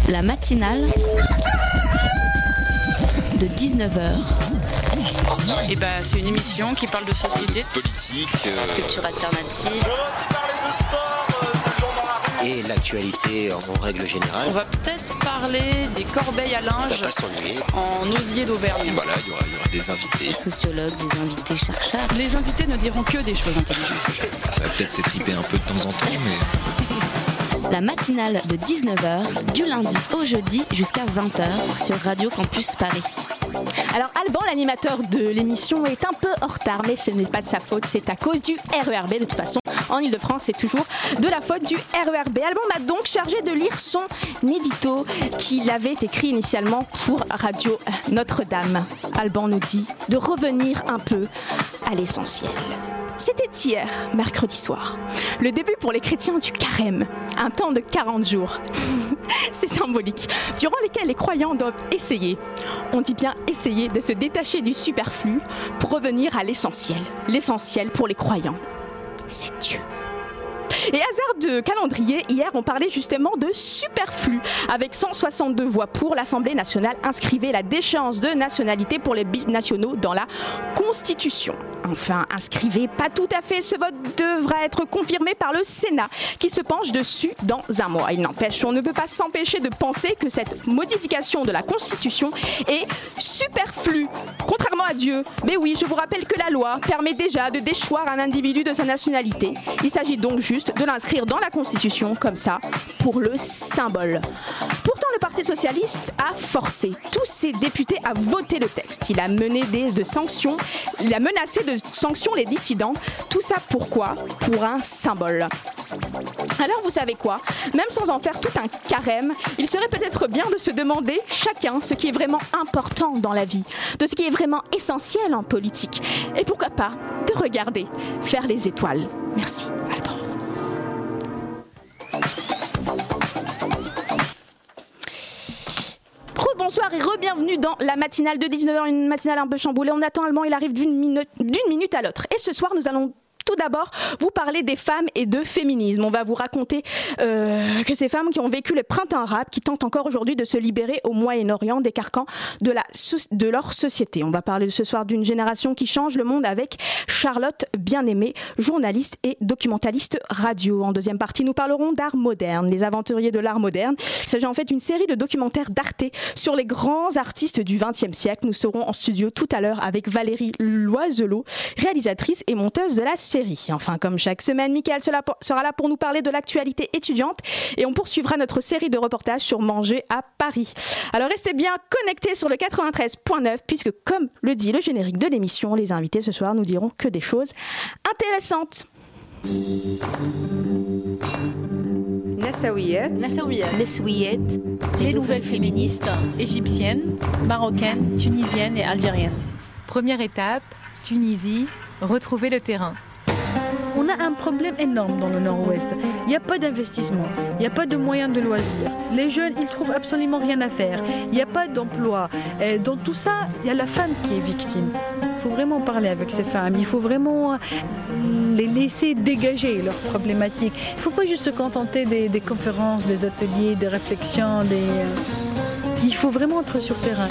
La matinale de 19h. Et c'est une émission qui parle de société, politique, culture alternative. On va aussi parler de sport, de gens dans la rue. Et l'actualité en règle générale. On va peut-être parler des corbeilles à linge Ça va pas s'ennuyer. en osier d'Auvergne. Voilà, il y aura des invités. Des sociologues, des invités chercheurs. Les invités ne diront que des choses intelligentes. Ça va peut-être s'étriper un peu de temps en temps, mais... La matinale de 19h, du lundi au jeudi jusqu'à 20h sur Radio Campus Paris. Alors Alban, l'animateur de l'émission, est un peu en retard, mais ce n'est pas de sa faute, c'est à cause du RERB. De toute façon, en Ile-de-France, c'est toujours de la faute du RERB. Alban m'a donc chargé de lire son édito qu'il avait écrit initialement pour Radio Notre-Dame. Alban nous dit de revenir un peu à l'essentiel. C'était hier, mercredi soir, le début pour les chrétiens du carême, un temps de 40 jours. C'est symbolique, durant lesquels les croyants doivent essayer, on dit bien essayer, de se détacher du superflu pour revenir à l'essentiel. L'essentiel pour les croyants, c'est Dieu. Et hasard de calendrier, hier on parlait justement de superflu. Avec 162 voix pour, l'Assemblée nationale inscrivait la déchéance de nationalité pour les binationaux dans la Constitution. Enfin, inscrivez pas tout à fait, ce vote devra être confirmé par le Sénat qui se penche dessus dans un mois. Il n'empêche, on ne peut pas s'empêcher de penser que cette modification de la Constitution est superflue, contrairement à Dieu. Mais oui, je vous rappelle que la loi permet déjà de déchoir un individu de sa nationalité. Il s'agit donc juste de l'inscrire dans la Constitution, comme ça, pour le symbole. Pourtant, le Parti socialiste a forcé tous ses députés à voter le texte. Il a menacé de sanctions les dissidents. Tout ça pourquoi ? Pour un symbole. Alors vous savez quoi ? Même sans en faire tout un carême, il serait peut-être bien de se demander chacun ce qui est vraiment important dans la vie, de ce qui est vraiment essentiel en politique. Et pourquoi pas de regarder faire les étoiles. Merci, Alban. Bonsoir et re-bienvenue dans la matinale de 19h, une matinale un peu chamboulée. On attend Alban, il arrive d'une minute à l'autre. Et ce soir, nous allons tout d'abord vous parler des femmes et de féminisme. On va vous raconter que ces femmes qui ont vécu le printemps arabe, qui tentent encore aujourd'hui de se libérer au Moyen-Orient des carcans de leur société. On va parler ce soir d'une génération qui change le monde avec Charlotte Bien-Aimée, journaliste et documentaliste radio. En deuxième partie, nous parlerons d'art moderne, les aventuriers de l'art moderne. Il s'agit en fait d'une série de documentaires d'Arte sur les grands artistes du XXe siècle. Nous serons en studio tout à l'heure avec Valérie Loiselot, réalisatrice et monteuse de la série. Enfin, comme chaque semaine, Mickaël sera là pour nous parler de l'actualité étudiante et on poursuivra notre série de reportages sur Manger à Paris. Alors restez bien connectés sur le 93.9 puisque, comme le dit le générique de l'émission, les invités ce soir nous diront que des choses intéressantes. Nassaouiyettes, les nouvelles féministes égyptiennes, marocaines, tunisiennes et algériennes. Première étape, Tunisie, retrouver le terrain. On a un problème énorme dans le Nord-Ouest. Il n'y a pas d'investissement, il n'y a pas de moyens de loisirs. Les jeunes, ils trouvent absolument rien à faire. Il n'y a pas d'emploi. Et dans tout ça, il y a la femme qui est victime. Il faut vraiment parler avec ces femmes. Il faut vraiment les laisser dégager leurs problématiques. Il ne faut pas juste se contenter des conférences, des ateliers, des réflexions. Il faut vraiment être sur le terrain.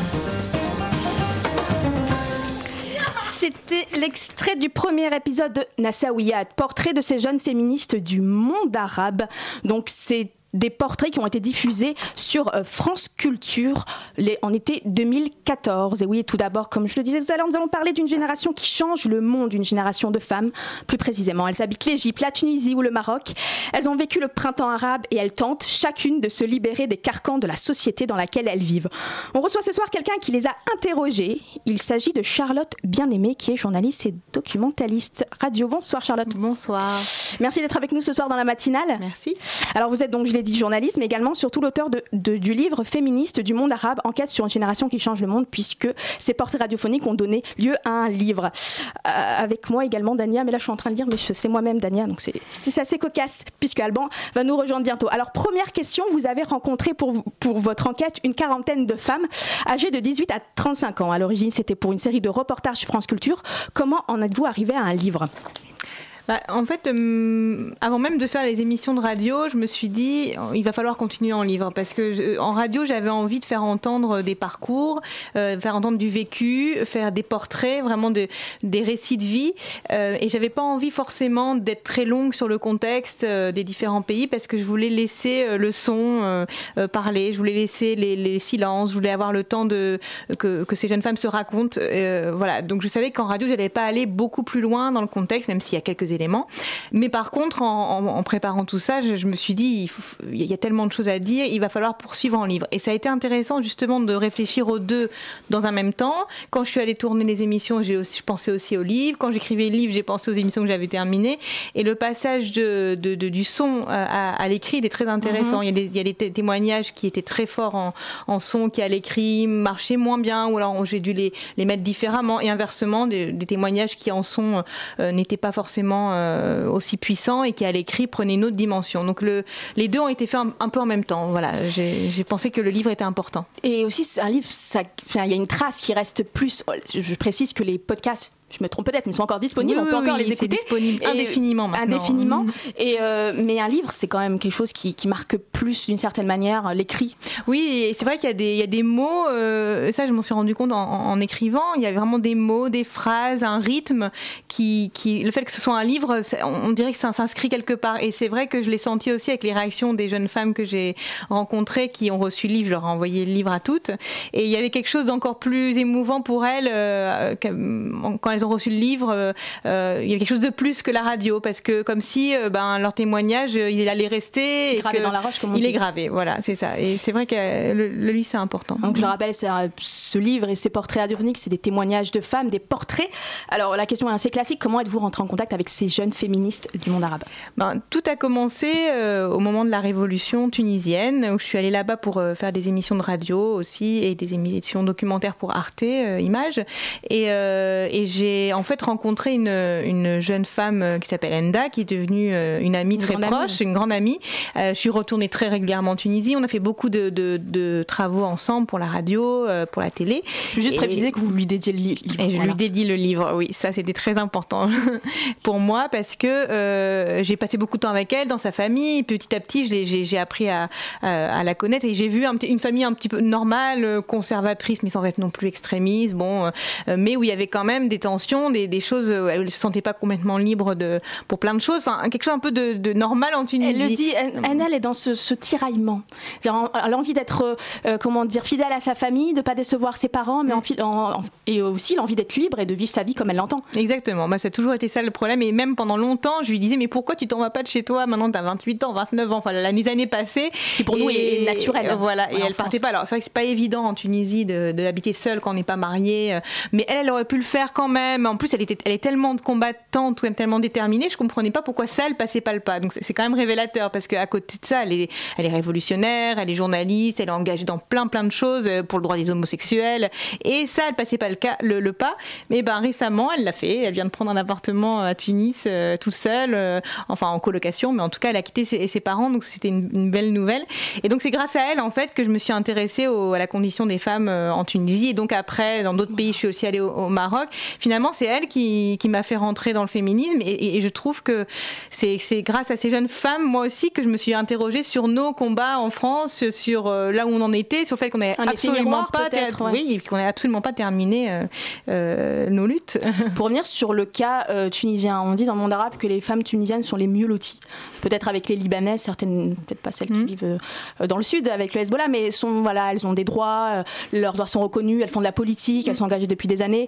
C'était l'extrait du premier épisode de Nassaouiyyat, portrait de ces jeunes féministes du monde arabe. Donc c'est des portraits qui ont été diffusés sur France Culture en été 2014. Et oui, tout d'abord, comme je le disais tout à l'heure, nous allons parler d'une génération qui change le monde, une génération de femmes, plus précisément. Elles habitent l'Égypte, la Tunisie ou le Maroc. Elles ont vécu le printemps arabe et elles tentent chacune de se libérer des carcans de la société dans laquelle elles vivent. On reçoit ce soir quelqu'un qui les a interrogées. Il s'agit de Charlotte Bien-Aimée, qui est journaliste et documentaliste radio. Bonsoir Charlotte. Bonsoir. Merci d'être avec nous ce soir dans la matinale. Merci. Alors vous êtes donc, je l'ai dit, journaliste, mais également surtout l'auteur du livre féministe du monde arabe, enquête sur une génération qui change le monde, puisque ces portraits radiophoniques ont donné lieu à un livre. Avec moi également Dania, mais là je suis en train de dire, mais c'est moi-même Dania, donc c'est assez cocasse, puisque Alban va nous rejoindre bientôt. Alors première question, vous avez rencontré pour votre enquête une quarantaine de femmes âgées de 18 à 35 ans. À l'origine, c'était pour une série de reportages sur France Culture. Comment en êtes-vous arrivé à un livre ? En fait, avant même de faire les émissions de radio, je me suis dit il va falloir continuer en livre parce que en radio j'avais envie de faire entendre des parcours, faire entendre du vécu, faire des portraits, vraiment des récits de vie, et j'avais pas envie forcément d'être très longue sur le contexte des différents pays parce que je voulais laisser le son parler, je voulais laisser les silences, je voulais avoir le temps que ces jeunes femmes se racontent, voilà. Donc je savais qu'en radio j'allais pas aller beaucoup plus loin dans le contexte, même s'il y a quelques éléments. Mais par contre, en préparant tout ça, je me suis dit, il y a tellement de choses à dire, il va falloir poursuivre en livre. Et ça a été intéressant justement de réfléchir aux deux dans un même temps. Quand je suis allée tourner les émissions, je pensais aussi aux livres. Quand j'écrivais le livre, j'ai pensé aux émissions que j'avais terminées. Et le passage du son à l'écrit, il est très intéressant. Il y a des témoignages qui étaient très forts en son, qui à l'écrit marchaient moins bien, ou alors j'ai dû les mettre différemment. Et inversement, des témoignages qui en son n'étaient pas forcément aussi puissant et qui à l'écrit prenait une autre dimension. Donc les deux ont été faits un peu en même temps. Voilà, j'ai pensé que le livre était important. Et aussi, un livre, il y a une trace qui reste plus. Je précise que les podcasts, je me trompe peut-être, mais ils sont encore disponibles, on peut encore les écouter. C'est disponible indéfiniment maintenant. Indéfiniment. Mais un livre, c'est quand même quelque chose qui marque plus, d'une certaine manière, l'écrit. Oui, et c'est vrai qu'il y a des mots, ça je m'en suis rendu compte en écrivant, il y a vraiment des mots, des phrases, un rythme le fait que ce soit un livre, on dirait que ça s'inscrit quelque part. Et c'est vrai que je l'ai senti aussi avec les réactions des jeunes femmes que j'ai rencontrées qui ont reçu le livre, je leur ai envoyé le livre à toutes. Et il y avait quelque chose d'encore plus émouvant pour elles quand elles ont reçu le livre, il y avait quelque chose de plus que la radio, parce que comme si leur témoignage il allait rester gravé dans la roche, comme on dit. Il est gravé, voilà, c'est ça. Et c'est vrai que le livre c'est important. Donc je le rappelle, ce livre et ses portraits radiophoniques, c'est des témoignages de femmes, des portraits. Alors la question est assez classique, comment êtes-vous rentrée en contact avec ces jeunes féministes du monde arabe? Tout a commencé au moment de la révolution tunisienne, où je suis allée là-bas pour faire des émissions de radio aussi et des émissions documentaires pour Arte Images, et j'ai en fait rencontré une jeune femme qui s'appelle Enda, qui est devenue une amie très proche, une grande amie. Je suis retournée très régulièrement en Tunisie. On a fait beaucoup de travaux ensemble pour la radio, pour la télé. Je veux juste préciser que vous lui dédiez le livre. Et je lui dédie le livre, oui. Ça, c'était très important pour moi parce que j'ai passé beaucoup de temps avec elle, dans sa famille. Petit à petit, j'ai appris à la connaître et j'ai vu une famille un petit peu normale, conservatrice, mais sans être non plus extrémiste. Mais où il y avait quand même des tensions, des choses où elle ne se sentait pas complètement libre pour plein de choses, enfin quelque chose un peu de normal en Tunisie. Elle le dit, elle est dans ce tiraillement. Elle a envie d'être fidèle à sa famille, de ne pas décevoir ses parents, mais et aussi l'envie d'être libre et de vivre sa vie comme elle l'entend. Exactement, ça a toujours été ça le problème, et même pendant longtemps je lui disais mais pourquoi tu t'en vas pas de chez toi, maintenant tu as 28 ans, 29 ans, enfin les années passées, qui pour nous est naturel. Voilà, et elle partait pas. Alors c'est vrai que c'est pas évident en Tunisie d'habiter seule quand on n'est pas marié, mais elle aurait pu le faire quand même. En plus, elle est tellement combattante, tellement déterminée, je comprenais pas pourquoi ça, elle passait pas le pas. Donc c'est quand même révélateur, parce qu'à côté de ça, elle est révolutionnaire, elle est journaliste, elle est engagée dans plein de choses pour le droit des homosexuels, et ça, elle passait pas le pas. Mais récemment, elle l'a fait. Elle vient de prendre un appartement à Tunis, toute seule, enfin en colocation, mais en tout cas, elle a quitté ses parents, donc c'était une belle nouvelle. Et donc c'est grâce à elle, en fait, que je me suis intéressée à la condition des femmes en Tunisie, et donc après, dans d'autres pays, je suis aussi allée au Maroc. Finalement, c'est elle qui m'a fait rentrer dans le féminisme, et je trouve que c'est grâce à ces jeunes femmes, moi aussi, que je me suis interrogée sur nos combats en France, sur là où on en était, sur le fait qu'on n'ait absolument pas terminé nos luttes. Pour revenir sur le cas tunisien, on dit dans le monde arabe que les femmes tunisiennes sont les mieux loties. Peut-être avec les Libanaises, certaines, peut-être pas celles qui vivent dans le sud avec le Hezbollah, mais elles ont des droits, leurs droits sont reconnus, elles font de la politique, elles sont engagées depuis des années.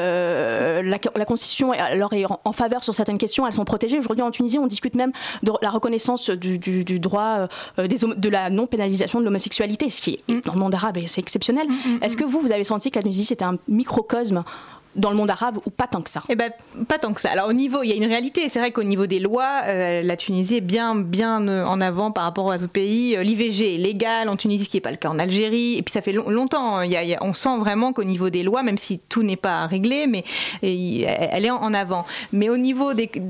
La Constitution leur est en faveur sur certaines questions, elles sont protégées. Aujourd'hui en Tunisie, on discute même de la reconnaissance du droit de la non-pénalisation de l'homosexualité, ce qui est dans le monde arabe, et c'est exceptionnel. Est-ce que vous avez senti que la Tunisie c'était un microcosme dans le monde arabe, ou pas tant que ça? Pas tant que ça. Alors il y a une réalité. C'est vrai qu'au niveau des lois, la Tunisie est bien en avant par rapport aux autres pays. L'IVG est légal en Tunisie, ce qui n'est pas le cas en Algérie. Et puis ça fait longtemps. On sent vraiment qu'au niveau des lois, même si tout n'est pas réglé, mais elle est en avant. Mais au niveau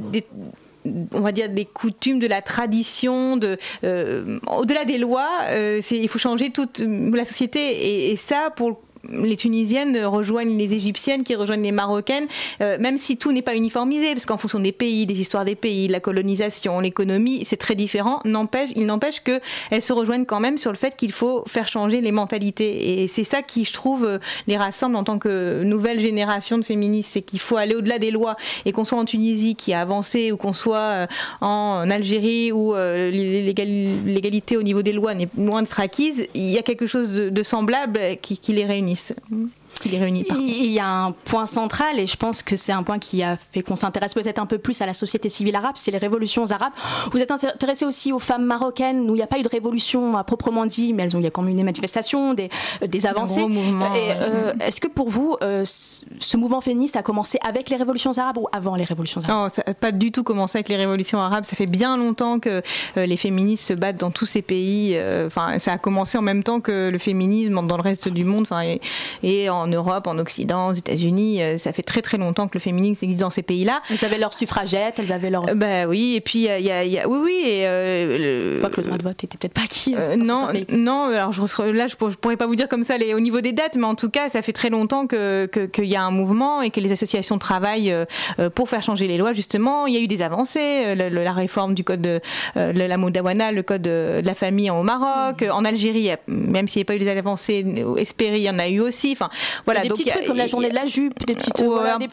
on va dire des coutumes, de la tradition, au-delà des lois, il faut changer toute la société, et ça, les Tunisiennes rejoignent les Égyptiennes, qui rejoignent les Marocaines, même si tout n'est pas uniformisé, parce qu'en fonction des pays, des histoires des pays, de la colonisation, l'économie, c'est très différent. Il n'empêche qu'elles se rejoignent quand même sur le fait qu'il faut faire changer les mentalités. Et c'est ça qui, je trouve, les rassemble en tant que nouvelle génération de féministes. C'est qu'il faut aller au-delà des lois. Et qu'on soit en Tunisie qui a avancé, ou qu'on soit en Algérie où l'égalité au niveau des lois n'est loin d'être acquise, il y a quelque chose de semblable qui les réunisse. Il y a un point central, et je pense que c'est un point qui a fait qu'on s'intéresse peut-être un peu plus à la société civile arabe, c'est les révolutions arabes. Vous êtes intéressé aussi aux femmes marocaines, où il n'y a pas eu de révolution à proprement dit, mais il y a quand même eu des manifestations, des avancées. Un gros mouvement, est-ce que pour vous, ce mouvement féministe a commencé avec les révolutions arabes ou avant les révolutions arabes? Non, ça n'a pas du tout commencé avec les révolutions arabes. Ça fait bien longtemps que les féministes se battent dans tous ces pays. Ça a commencé en même temps que le féminisme dans le reste du monde, et en Europe, en Occident, aux États-Unis. Ça fait très très longtemps que le féminisme existe dans ces pays-là. Elles avaient leurs suffragettes, elles avaient leur... oui, et puis il y a oui, et pas que le droit de vote était peut-être pas acquis. Non, alors je pourrais pas vous dire comme ça au niveau des dates, mais en tout cas, ça fait très longtemps qu'il y a un mouvement et que les associations travaillent pour faire changer les lois. Justement, il y a eu des avancées, la réforme du code de la Moudawana, le code de la famille au Maroc, en Algérie, même s'il n'y a pas eu des avancées espérées, il y en a eu aussi. Voilà, des petits trucs comme la journée de la jupe, des petites,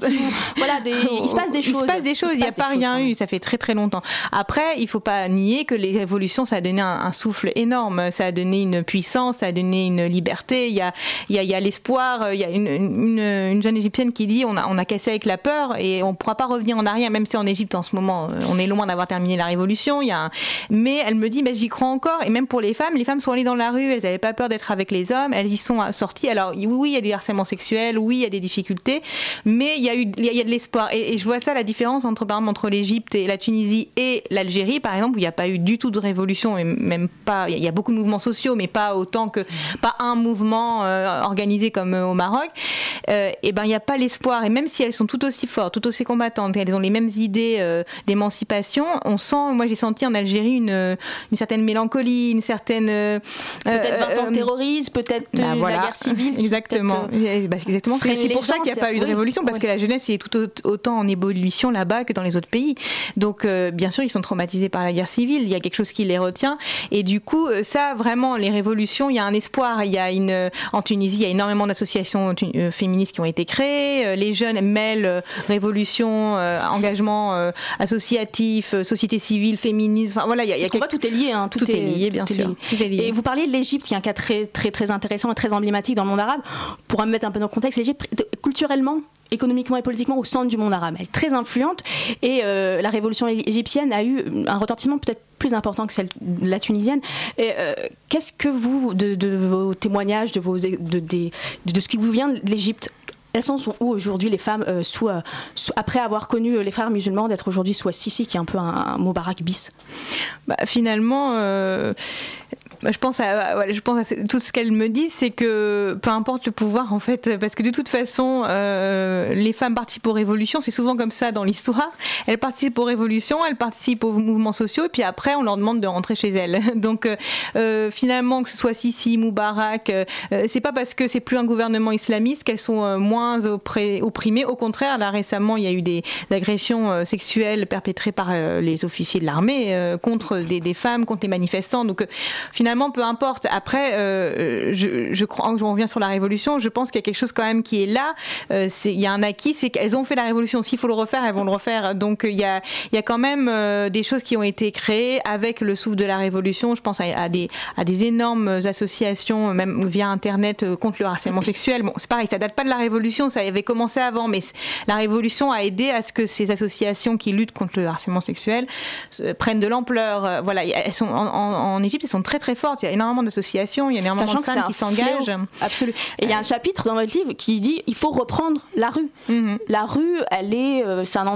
il se passe des choses. Il n'y a pas rien eu, ça fait très très longtemps. Après, il ne faut pas nier que les révolutions, ça a donné un souffle énorme, ça a donné une puissance, ça a donné une liberté. Il y a l'espoir. Il y a une jeune égyptienne qui dit on a cassé avec la peur et on ne pourra pas revenir en arrière, même si en Égypte en ce moment on est loin d'avoir terminé la révolution. Mais elle me dit j'y crois encore. Et même pour les femmes sont allées dans la rue, elles n'avaient pas peur d'être avec les hommes, elles y sont sorties. Alors oui, il y a des harcèlements sexuels, oui, il y a des difficultés, mais il y a de l'espoir. Et je vois ça, la différence par exemple, entre l'Égypte et la Tunisie et l'Algérie, par exemple, où il n'y a pas eu du tout de révolution, et même pas, il y a beaucoup de mouvements sociaux, mais pas un mouvement organisé comme au Maroc. Il n'y a pas l'espoir. Et même si elles sont tout aussi fortes, tout aussi combattantes, elles ont les mêmes idées d'émancipation, on sent, moi j'ai senti en Algérie une certaine mélancolie, une certaine... peut-être 20 ans de terrorisme, peut-être la guerre civile. Exactement. Exactement. C'est pour ça qu'il n'y a pas eu de révolution, parce que la jeunesse est tout autant en ébullition là-bas que dans les autres pays. Donc, bien sûr, ils sont traumatisés par la guerre civile. Il y a quelque chose qui les retient. Et du coup, ça, vraiment, les révolutions, il y a un espoir. En Tunisie, il y a énormément d'associations féministes qui ont été créées. Les jeunes mêlent révolution, engagement associatif, société civile, féministe. Enfin, voilà, tout est lié. Tout est lié, bien sûr. Et vous parliez de l'Égypte, qui est un cas très, très, très intéressant et très emblématique dans le monde arabe. Pour mettre un peu dans le contexte, l'Égypte, culturellement, économiquement et politiquement, au centre du monde arabe. Elle est très influente, et la révolution égyptienne a eu un retentissement peut-être plus important que celle de la tunisienne. Et, qu'est-ce que vous, de vos témoignages, de ce qui vous vient de l'Égypte, elles sont où aujourd'hui les femmes, après avoir connu les frères musulmans, d'être aujourd'hui sous Sisi, qui est un peu un Moubarak bis? Finalement... Je pense à tout ce qu'elle me dit, c'est que peu importe le pouvoir en fait, parce que de toute façon les femmes participent aux révolutions, c'est souvent comme ça dans l'histoire, elles participent aux révolutions, elles participent aux mouvements sociaux, et puis après on leur demande de rentrer chez elles. Donc finalement, que ce soit Sisi, Moubarak, c'est pas parce que c'est plus un gouvernement islamiste qu'elles sont moins opprimées. Au contraire, là récemment il y a eu des agressions sexuelles perpétrées par les officiers de l'armée contre des femmes, contre les manifestants. Donc finalement, peu importe. Après, je crois, on revient sur la révolution, je pense qu'il y a quelque chose quand même qui est là. Il y a un acquis, c'est qu'elles ont fait la révolution. S'il faut le refaire, elles vont le refaire. Donc il y a quand même des choses qui ont été créées avec le souffle de la révolution. Je pense à des énormes associations, même via Internet, contre le harcèlement sexuel. Bon, c'est pareil, ça date pas de la révolution, ça avait commencé avant, mais la révolution a aidé à ce que ces associations qui luttent contre le harcèlement sexuel prennent de l'ampleur. Voilà, elles sont en Égypte, elles sont très très forte. Il y a énormément d'associations, il y a énormément de femmes qui s'engagent. Absolument. Et il y a un chapitre dans votre livre qui dit il faut reprendre la rue. La rue, c'est un endroit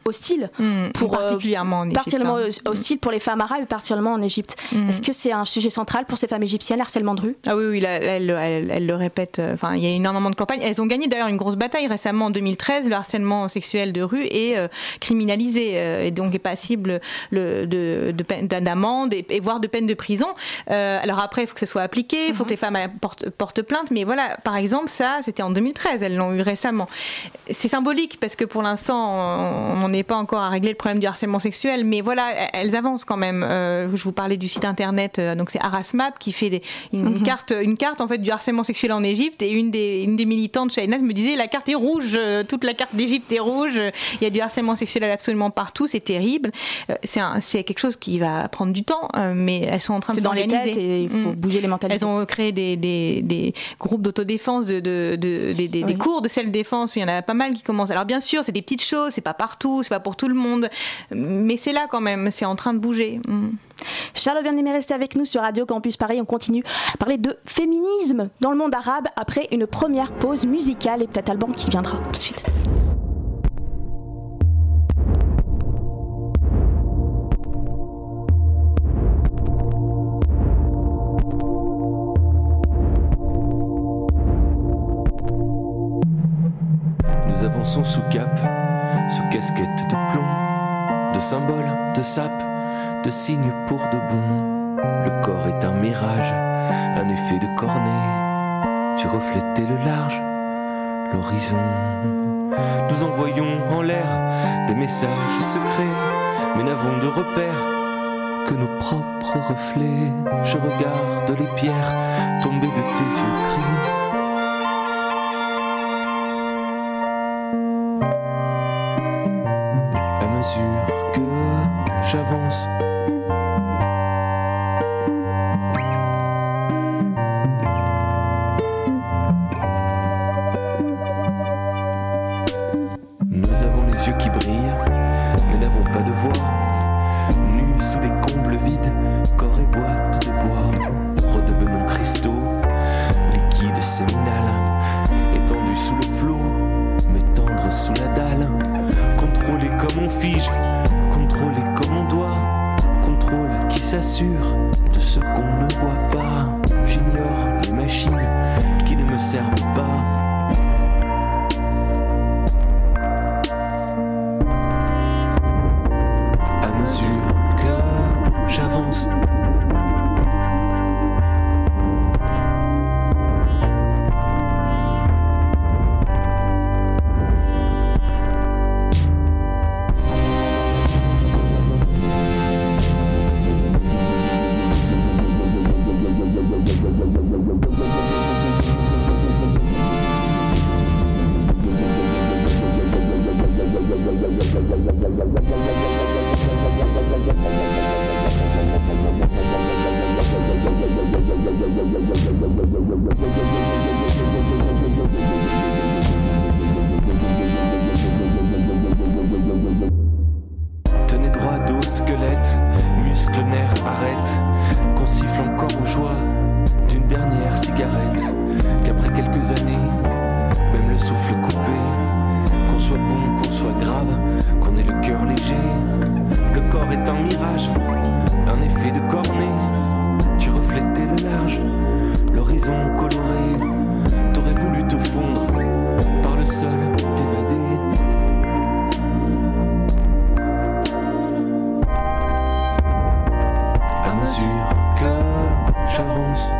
hostile, particulièrement hostile pour les femmes arabes et particulièrement en Égypte. Est-ce que c'est un sujet central pour ces femmes égyptiennes, le harcèlement de rue ? Ah oui, elle le répète. Enfin, il y a énormément de campagnes. Elles ont gagné d'ailleurs une grosse bataille récemment en 2013. Le harcèlement sexuel de rue est criminalisé et donc est passible d'amende et voire de peine de prison. Alors après, il faut que ça soit appliqué, il faut que les femmes portent plainte. Mais voilà, par exemple, ça, c'était en 2013. Elles l'ont eu récemment. C'est symbolique parce que pour l'instant, on n'est pas encore à régler le problème du harcèlement sexuel, mais voilà, elles avancent quand même. Je vous parlais du site internet, donc c'est Arasmap qui fait une carte en fait du harcèlement sexuel en Égypte, et une des militantes chez Elnas me disait la carte est rouge, toute la carte d'Égypte est rouge, il y a du harcèlement sexuel absolument partout, c'est terrible. C'est quelque chose qui va prendre du temps, mais elles sont en train de s'organiser. Dans les têtes et il faut bouger les mentalités. Elles ont créé des groupes d'autodéfense, des cours de self-défense, il y en a pas mal qui commencent. Alors bien sûr, c'est des petites choses, c'est pas partout, c'est pas pour tout le monde, mais c'est là quand même, c'est en train de bouger. Charlotte Bien-Aimée, restez avec nous sur Radio Campus Paris. On continue à parler de féminisme dans le monde arabe après une première pause musicale et peut-être Alban qui viendra tout de suite. Nous avançons sous cap, sous casquette de plomb, de symboles, de sapes, de signes pour de bon. Le corps est un mirage, un effet de cornet. Tu reflétais le large, l'horizon. Nous envoyons en l'air des messages secrets, mais n'avons de repères que nos propres reflets. Je regarde les pierres tomber de tes yeux gris. À mesure que j'avance, nous avons les yeux qui brillent, mais n'avons pas de voix. Nus sous des combles vides, corps et boîte de bois. Redevenons cristaux, liquides séminales, étendus sous le flot, mais tendres sous la dalle. Contrôler comme on fige, contrôler comme on doit. Contrôle qui s'assure de ce qu'on ne voit pas. J'ignore les machines qui ne me servent pas. À mesure que j'avance, tenez droit dos, squelette, muscles, nerfs, arrête, qu'on siffle encore aux joies d'une dernière cigarette, qu'après quelques années, même le souffle coupé, qu'on soit bon, qu'on soit grave, qu'on ait le cœur léger, le corps est un mirage, un effet de cornet, tu reflétais le large, l'horizon coloré, t'aurais voulu te fondre, par le sol t'évader. À mesure que j'avance,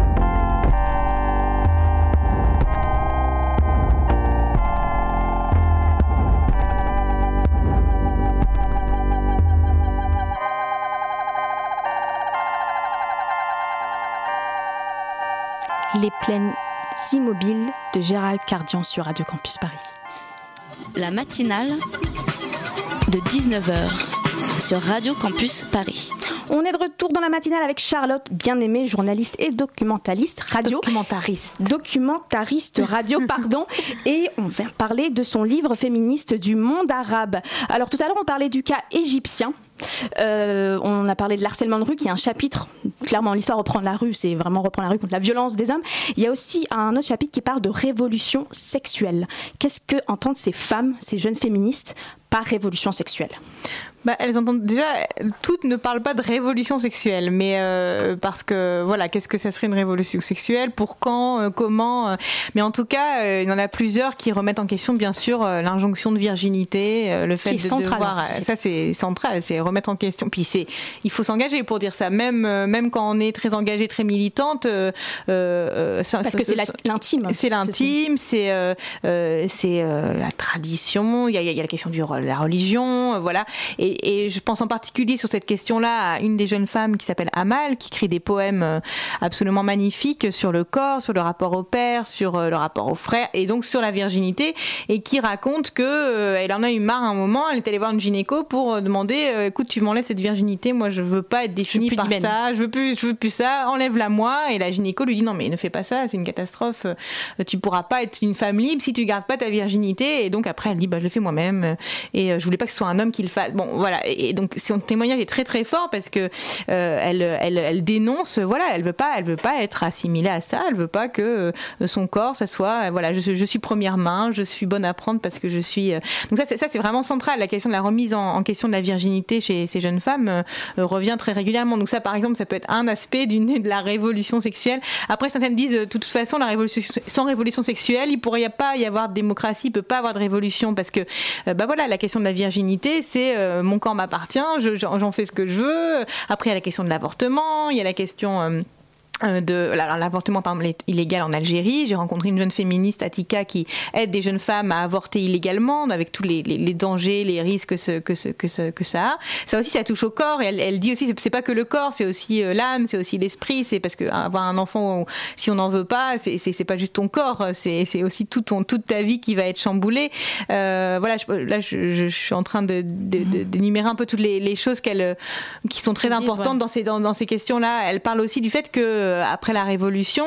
Les plaines immobiles de Gérald Cardian sur Radio Campus Paris. La matinale de 19h sur Radio Campus Paris. On est de retour dans la matinale avec Charlotte Bien-Aimée, journaliste et documentaliste radio. Documentariste radio, pardon. Et on vient parler de son livre féministe du monde arabe. Alors tout à l'heure, on parlait du cas égyptien. On a parlé de l'harcèlement de rue, qui est un chapitre, clairement l'histoire reprend la rue, c'est vraiment reprendre la rue contre la violence des hommes. Il y a aussi un autre chapitre qui parle de révolution sexuelle. Qu'est-ce que entendent ces femmes, ces jeunes féministes, par révolution sexuelle? Elles entendent déjà, toutes ne parlent pas de révolution sexuelle, mais parce que voilà, qu'est-ce que ça serait une révolution sexuelle, pour quand, comment, mais en tout cas, il y en a plusieurs qui remettent en question, bien sûr, l'injonction de virginité, le fait de devoir, ça c'est central, c'est remettre en question. Puis il faut s'engager pour dire ça, même quand on est très engagé, très militante, parce que c'est l'intime. C'est l'intime, c'est la tradition. Il y a la question de la religion, voilà. Et je pense en particulier sur cette question-là à une des jeunes femmes qui s'appelle Amal, qui écrit des poèmes absolument magnifiques sur le corps, sur le rapport au père, sur le rapport aux frères, et donc sur la virginité, et qui raconte elle en a eu marre à un moment. Elle est allée voir une gynéco pour demander écoute, tu m'enlèves cette virginité, moi je veux pas être définie par ça, je veux plus ça, enlève-la moi. Et la gynéco lui dit non mais ne fais pas ça, c'est une catastrophe, tu pourras pas être une femme libre si tu gardes pas ta virginité. Et donc après elle dit je le fais moi-même, et je voulais pas que ce soit un homme qui le fasse. Bon voilà, et donc son témoignage est très très fort parce que elle dénonce, voilà, elle veut pas être assimilée à ça, elle veut pas que son corps ça soit voilà, je suis première main, je suis bonne à prendre parce que je suis donc ça c'est vraiment central. La question de la remise en question de la virginité chez ces jeunes femmes revient très régulièrement. Donc ça par exemple, ça peut être un aspect de la révolution sexuelle. Après certaines disent de toute façon sans révolution sexuelle il pourrait pas y avoir de démocratie, il peut pas avoir de révolution parce que voilà, la question de la virginité c'est mon corps m'appartient, j'en fais ce que je veux. Après il y a la question de l'avortement, il y a la question l'avortement par exemple illégal en Algérie. J'ai rencontré une jeune féministe, Atika, qui aide des jeunes femmes à avorter illégalement avec tous les dangers, les risques que ça a. Ça aussi, ça touche au corps, et elle dit aussi c'est pas que le corps, c'est aussi l'âme, c'est aussi l'esprit. C'est parce que avoir un enfant, si on n'en veut pas, c'est pas juste ton corps, c'est aussi toute ta vie qui va être chamboulée. Voilà, je suis en train d'énumérer un peu toutes les choses qui sont très importantes dans ces questions-là. Elle parle aussi du fait que après la Révolution,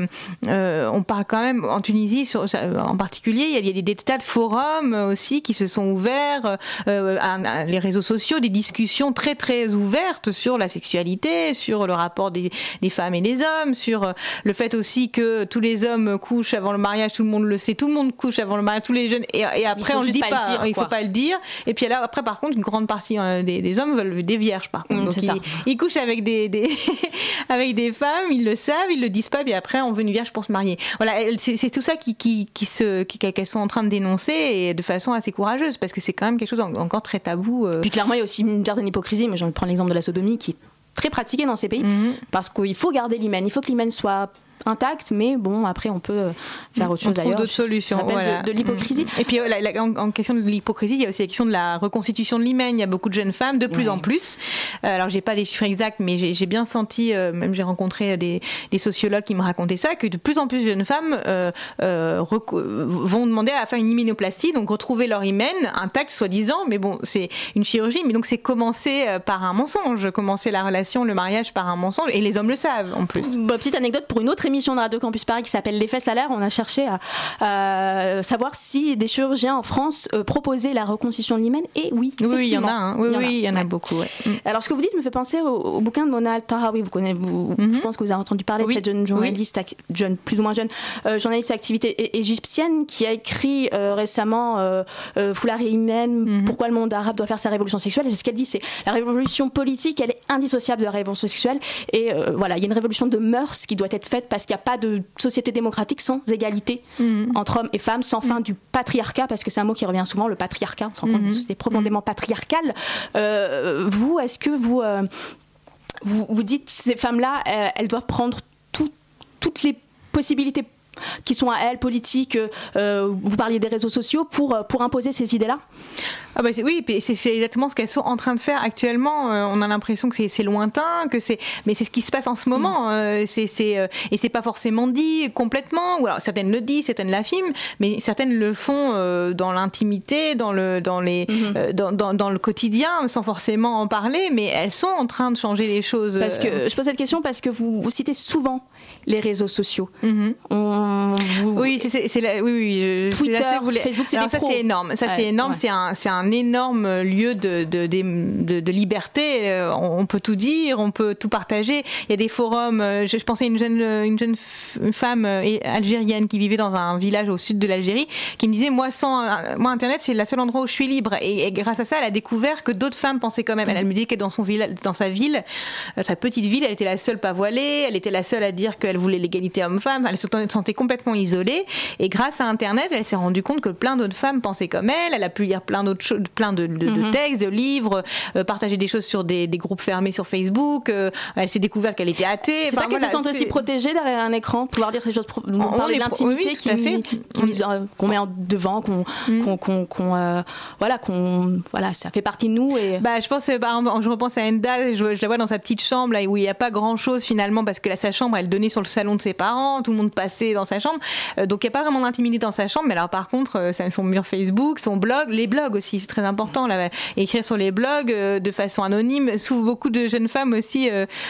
on parle quand même en Tunisie, en particulier, il y a des tas de forums aussi qui se sont ouverts, les réseaux sociaux, des discussions très très ouvertes sur la sexualité, sur le rapport des femmes et des hommes, sur le fait aussi que tous les hommes couchent avant le mariage, tout le monde le sait, tout le monde couche avant le mariage, tous les jeunes, et après on le dit pas, il faut pas le dire. Et puis là, après par contre, une grande partie des hommes veulent des vierges par contre, donc ils couchent avec avec des femmes. Ils le savent, ils le disent pas, puis après on veut une vierge pour se marier. Voilà, c'est tout ça qu'elles sont en train de dénoncer, et de façon assez courageuse, parce que c'est quand même quelque chose encore très tabou. Puis clairement, il y a aussi une certaine hypocrisie, mais je vais prendre l'exemple de la sodomie qui est très pratiquée dans ces pays, parce qu'il faut garder l'hymen, il faut que l'hymen soit intact, mais bon, après on peut faire autre chose ailleurs. D'autres solutions. Ça s'appelle de l'hypocrisie. Et puis en question de l'hypocrisie, il y a aussi la question de la reconstitution de l'hymen. Il y a beaucoup de jeunes femmes, de plus en plus. Alors j'ai pas des chiffres exacts, mais j'ai bien senti, même j'ai rencontré des sociologues qui me racontaient ça, que de plus en plus de jeunes femmes vont demander à faire une hyménoplastie, donc retrouver leur hymen intact, soi-disant, mais bon, c'est une chirurgie, mais donc c'est commencer par un mensonge, commencer la relation, le mariage par un mensonge, et les hommes le savent en plus. Petite anecdote, pour une autre émission de Radio Campus Paris qui s'appelle L'effet salaire, on a cherché à savoir si des chirurgiens en France proposaient la reconstitution de l'hymen, et oui, il y en a, il y en a beaucoup. Ouais. Alors ce que vous dites me fait penser au bouquin de Mona Al-Tahawi. Je pense que vous avez entendu parler de cette jeune journaliste, plus ou moins jeune, journaliste à activité égyptienne, qui a écrit récemment Foulard et hymen, pourquoi le monde arabe doit faire sa révolution sexuelle. Et c'est ce qu'elle dit, c'est la révolution politique, elle est indissociable de la révolution sexuelle, et voilà, il y a une révolution de mœurs qui doit être faite, parce qu'il n'y a pas de société démocratique sans égalité entre hommes et femmes, sans fin du patriarcat, parce que c'est un mot qui revient souvent, le patriarcat, on se rend compte que c'est profondément patriarcal. Vous, est-ce que vous dites ces femmes-là, elles doivent prendre toutes les possibilités qui sont à elles, politiques, vous parliez des réseaux sociaux, pour imposer ces idées-là? Oui, c'est exactement ce qu'elles sont en train de faire actuellement. On a l'impression que c'est lointain, mais c'est ce qui se passe en ce moment. Et c'est pas forcément dit complètement. Ou alors certaines le disent, certaines l'affirment, mais certaines le font dans l'intimité, dans le quotidien, sans forcément en parler. Mais elles sont en train de changer les choses. Parce que je pose cette question parce que vous citez souvent les réseaux sociaux. Oui, Twitter, Facebook, c'est des pros. Ça, c'est énorme. C'est énorme. Ouais. C'est un énorme lieu de liberté. On peut tout dire, on peut tout partager. Il y a des forums. Je pensais à une jeune femme algérienne qui vivait dans un village au sud de l'Algérie, qui me disait moi, Internet, c'est le seul endroit où je suis libre. Et grâce à ça, elle a découvert que d'autres femmes pensaient quand même. Elle me dit que dans sa ville, sa petite ville, elle était la seule pas voilée. Elle était la seule à dire qu'elle voulait l'égalité homme-femme. Elle se sentait complètement isolée. Et grâce à Internet, elle s'est rendue compte que plein d'autres femmes pensaient comme elle. Elle a pu lire plein d'autres choses, plein de textes, de livres, partager des choses sur des groupes fermés sur Facebook. Elle s'est découverte qu'elle était athée. C'est pas qu'elle se sente aussi protégée derrière un écran, pouvoir dire ces choses, parler de l'intimité qu'on met en devant, ça fait partie de nous. Et... je pense, je repense à Enda, je la vois dans sa petite chambre là, où il n'y a pas grand chose finalement, parce que là, sa chambre, elle donnait sur le salon de ses parents, tout le monde passait dans sa chambre, donc il n'y a pas vraiment d'intimité dans sa chambre. Mais alors par contre, son mur Facebook, son blog, les blogs aussi, c'est très important là, écrire sur les blogs de façon anonyme. Beaucoup de jeunes femmes aussi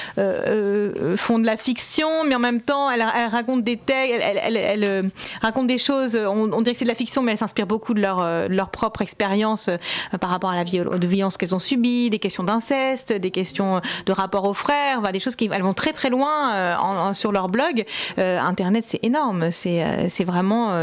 font de la fiction, mais en même temps elles racontent des textes, elles racontent des choses, on dirait que c'est de la fiction, mais elles s'inspirent beaucoup de leur propre expérience par rapport à la violence qu'elles ont subie, des questions d'inceste, des questions de rapport aux frères, des choses elles vont très très loin sur leur blog. Internet, c'est énorme, c'est vraiment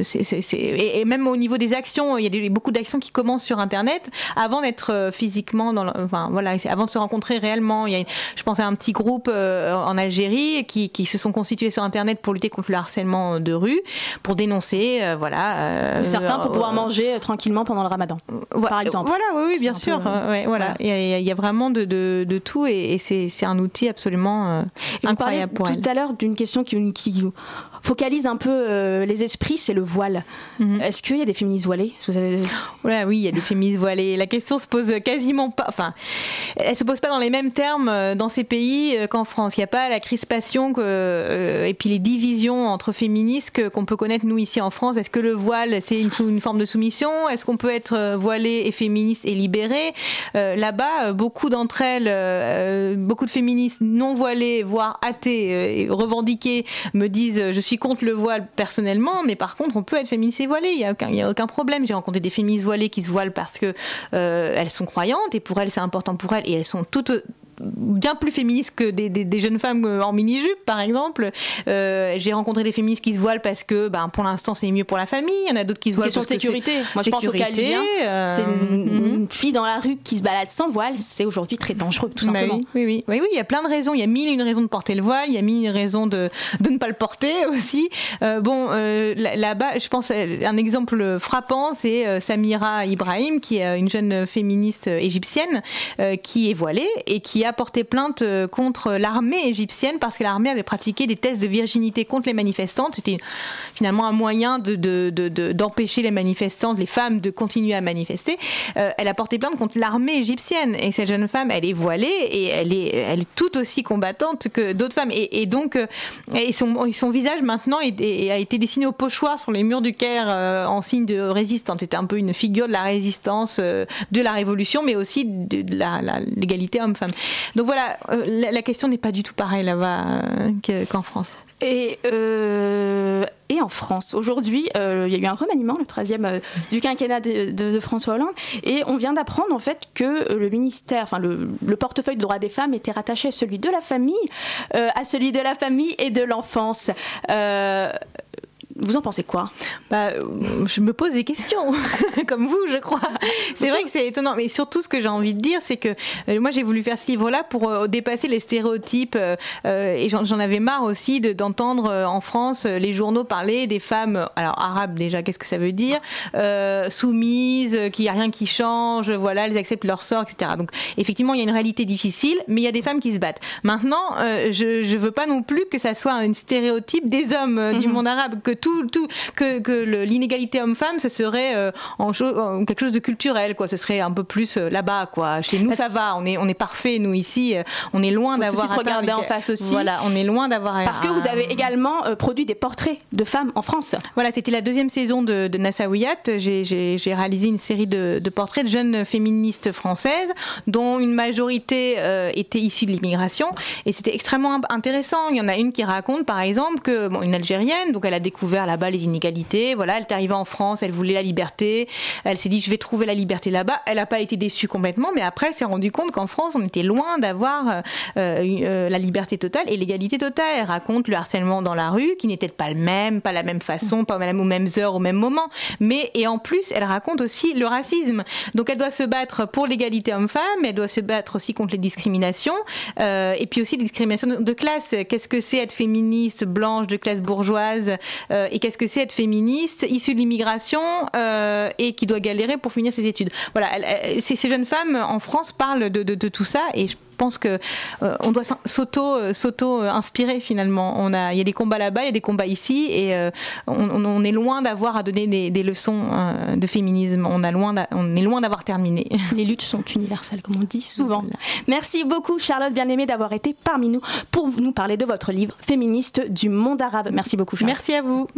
et même au niveau des actions, il y a beaucoup d'actions qui commencent sur Internet avant d'être physiquement avant de se rencontrer réellement. Je pense à un petit groupe en Algérie qui se sont constitués sur Internet pour lutter contre le harcèlement de rue, pour dénoncer certains pour pouvoir manger tranquillement pendant le Ramadan, par exemple. Oui, bien sûr. Il y a vraiment de tout, et c'est un outil absolument incroyable pour elle. Tout à l'heure d'une question qui focalise un peu les esprits, c'est le voile. Est-ce qu'il y a des féministes voilées? Oui, il y a des féministes voilées. La question se pose quasiment pas. Enfin, elle se pose pas dans les mêmes termes dans ces pays qu'en France. Il n'y a pas la crispation et puis les divisions entre féministes qu'on peut connaître nous ici en France. Est-ce que le voile, c'est une forme de soumission? Est-ce qu'on peut être voilée et féministe et libérée? Là-bas, beaucoup d'entre elles, beaucoup de féministes non voilées, voire athées, revendiquées, me disent je suis contre le voile personnellement, mais par contre on peut être féministe et voilée, il n'y a aucun problème. J'ai rencontré des féministes voilées qui se voilent parce que elles sont croyantes, et pour elles c'est important pour elles, et elles sont toutes bien plus féministes que des jeunes femmes en mini-jupe, par exemple. J'ai rencontré des féministes qui se voilent parce que pour l'instant c'est mieux pour la famille. Il y en a d'autres qui se voilent question parce de sécurité. Moi je pense au cas Lien, c'est une fille dans la rue qui se balade sans voile, c'est aujourd'hui très dangereux, tout simplement. Oui, il y a plein de raisons. Il y a mille et une raisons de porter le voile, il y a mille et une raisons de ne pas le porter aussi. Là-bas, je pense un exemple frappant, c'est Samira Ibrahim, qui est une jeune féministe égyptienne qui est voilée et qui a porté plainte contre l'armée égyptienne parce que l'armée avait pratiqué des tests de virginité contre les manifestantes. C'était finalement un moyen d'empêcher les manifestantes, les femmes, de continuer à manifester. Elle a porté plainte contre l'armée égyptienne, et cette jeune femme, elle est voilée et elle est tout aussi combattante que d'autres femmes, et donc son visage maintenant a été dessiné au pochoir sur les murs du Caire en signe de résistante. C'était un peu une figure de la résistance de la révolution, mais aussi de l'égalité homme-femme. Donc voilà, la question n'est pas du tout pareille là-bas qu'en France. Et en France, aujourd'hui, il y a eu un remaniement, le 3e du quinquennat de François Hollande, et on vient d'apprendre en fait que le ministère, le portefeuille de droits des femmes était rattaché à celui de la famille, et de l'enfance. Vous en pensez quoi ? Je me pose des questions, comme vous, je crois. C'est vrai que c'est étonnant, mais surtout ce que j'ai envie de dire, c'est que moi j'ai voulu faire ce livre-là pour dépasser les stéréotypes, et j'en avais marre aussi d'entendre en France les journaux parler des femmes, alors arabes déjà, qu'est-ce que ça veut dire, soumises, qu'il n'y a rien qui change, voilà, elles acceptent leur sort, etc. Donc effectivement, il y a une réalité difficile, mais il y a des femmes qui se battent. Maintenant, je veux pas non plus que ça soit un stéréotype des hommes du monde arabe, que tous que l'inégalité homme-femme, ce serait quelque chose de culturel, quoi. Ce serait un peu plus là-bas, quoi. Chez nous, ça va. On est parfait, nous ici. On est loin d'avoir. Se regarder en face aussi. Voilà, on est loin d'avoir. Parce que vous avez également produit des portraits de femmes en France. Voilà, c'était la 2e saison de Nassaouiat. J'ai réalisé une série de portraits de jeunes féministes françaises, dont une majorité était issue de l'immigration, et c'était extrêmement intéressant. Il y en a une qui raconte, par exemple, que une Algérienne, donc elle a découvert là-bas les inégalités. Voilà, elle est arrivée en France, elle voulait la liberté. Elle s'est dit, je vais trouver la liberté là-bas. Elle n'a pas été déçue complètement, mais après, elle s'est rendue compte qu'en France, on était loin d'avoir la liberté totale et l'égalité totale. Elle raconte le harcèlement dans la rue, qui n'était pas la même façon, pas aux mêmes heures, au même moment. Et en plus, elle raconte aussi le racisme. Donc, elle doit se battre pour l'égalité homme-femme, mais elle doit se battre aussi contre les discriminations, et puis aussi les discriminations de classe. Qu'est-ce que c'est être féministe blanche de classe bourgeoise, et qu'est-ce que c'est être féministe issue de l'immigration et qui doit galérer pour finir ses études. Voilà, ces jeunes femmes en France parlent de tout ça, et je pense que on doit s'auto-inspirer finalement. Il y a des combats là-bas, il y a des combats ici, et on est loin d'avoir à donner des leçons de féminisme. On est loin d'avoir terminé. Les luttes sont universelles, comme on dit souvent. Voilà. Merci beaucoup, Charlotte Bien-Aimée, d'avoir été parmi nous pour nous parler de votre livre Féministe du monde arabe. Merci beaucoup, Charlotte. Merci à vous.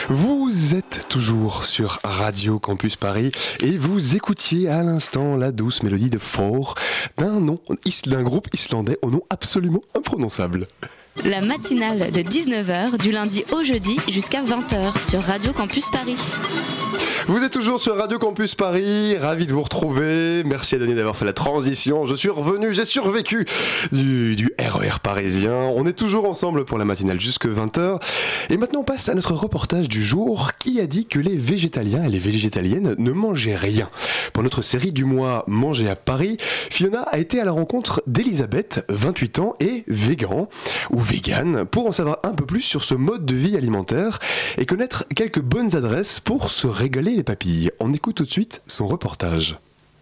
Vous êtes toujours sur Radio Campus Paris et vous écoutiez à l'instant la douce mélodie de Thor d'un groupe islandais au nom absolument imprononçable. La matinale de 19h du lundi au jeudi jusqu'à 20h sur Radio Campus Paris. Vous êtes toujours sur Radio Campus Paris, ravi de vous retrouver. Merci à Daniel d'avoir fait la transition. Je suis revenu, j'ai survécu du RER parisien. On est toujours ensemble pour la matinale jusque 20h. Et maintenant on passe à notre reportage du jour qui a dit que les végétaliens et les végétaliennes ne mangeaient rien. Pour notre série du mois Manger à Paris, Fiona a été à la rencontre d'Elisabeth, 28 ans, et végan ou végane, pour en savoir un peu plus sur ce mode de vie alimentaire et connaître quelques bonnes adresses pour se régaler les papilles. On écoute tout de suite son reportage.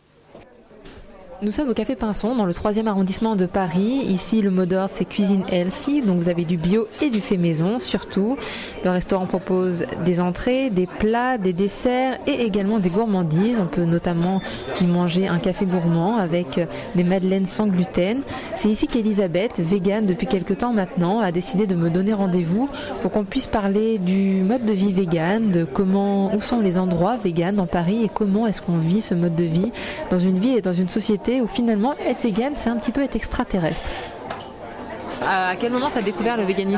Nous sommes au Café Pinson, dans le 3e arrondissement de Paris. Ici, le mot d'ordre, c'est cuisine healthy. Donc, vous avez du bio et du fait maison, surtout. Le restaurant propose des entrées, des plats, des desserts et également des gourmandises. On peut notamment y manger un café gourmand avec des madeleines sans gluten. C'est ici qu'Elisabeth, végane depuis quelques temps maintenant, a décidé de me donner rendez-vous pour qu'on puisse parler du mode de vie végane, de où sont les endroits véganes dans Paris et comment est-ce qu'on vit ce mode de vie dans une vie et dans une société où finalement être végane c'est un petit peu être extraterrestre. À quel moment tu as découvert le véganisme ?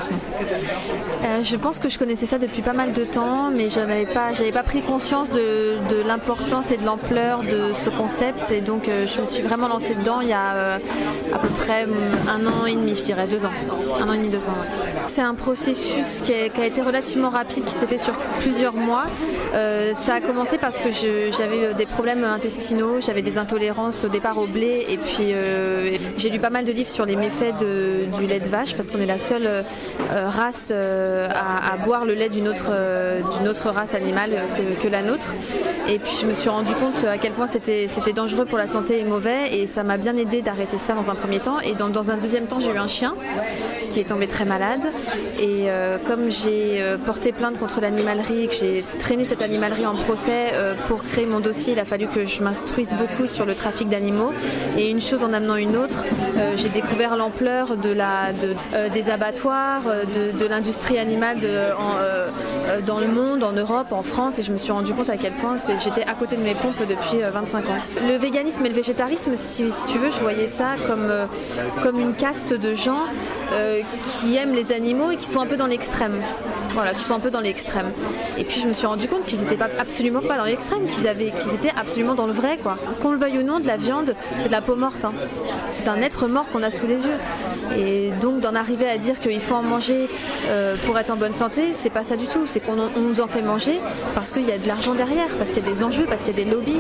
Je pense que je connaissais ça depuis pas mal de temps, mais j'avais pas pris conscience de l'importance et de l'ampleur de ce concept. Et donc je me suis vraiment lancée dedans il y a à peu près 1 an et demi, je dirais, 2 ans. 1 an et demi, 2 ans. Ouais. C'est un processus qui a été relativement rapide, qui s'est fait sur plusieurs mois. Ça a commencé parce que j'avais des problèmes intestinaux, j'avais des intolérances au départ au blé, et puis j'ai lu pas mal de livres sur les méfaits du lait de vache, parce qu'on est la seule race à boire le lait d'une autre race animale que la nôtre. Et puis je me suis rendu compte à quel point c'était dangereux pour la santé et mauvais, et ça m'a bien aidé d'arrêter ça dans un premier temps. Et dans un deuxième temps, j'ai eu un chien qui est tombé très malade, et comme j'ai porté plainte contre l'animalerie, que j'ai traîné cette animalerie en procès pour créer mon dossier, il a fallu que je m'instruise beaucoup sur le trafic d'animaux, et une chose en amenant une autre, j'ai découvert l'ampleur des abattoirs, de l'industrie animale dans le monde, en Europe, en France, et je me suis rendu compte à quel point j'étais à côté de mes pompes depuis 25 ans. Le véganisme et le végétarisme, si tu veux, je voyais ça comme une caste de gens qui aiment les animaux et qui sont un peu dans l'extrême. Voilà, qui sont un peu dans l'extrême. Et puis je me suis rendu compte qu'ils n'étaient absolument pas dans l'extrême, qu'ils étaient absolument dans le vrai, quoi. Qu'on le veuille ou non, de la viande, c'est de la peau morte, hein. C'est un être mort qu'on a sous les yeux. Et donc d'en arriver à dire qu'il faut en manger pour être en bonne santé, c'est pas ça du tout. C'est qu'on nous en fait manger parce qu'il y a de l'argent derrière, parce qu'il y a des enjeux, parce qu'il y a des lobbies.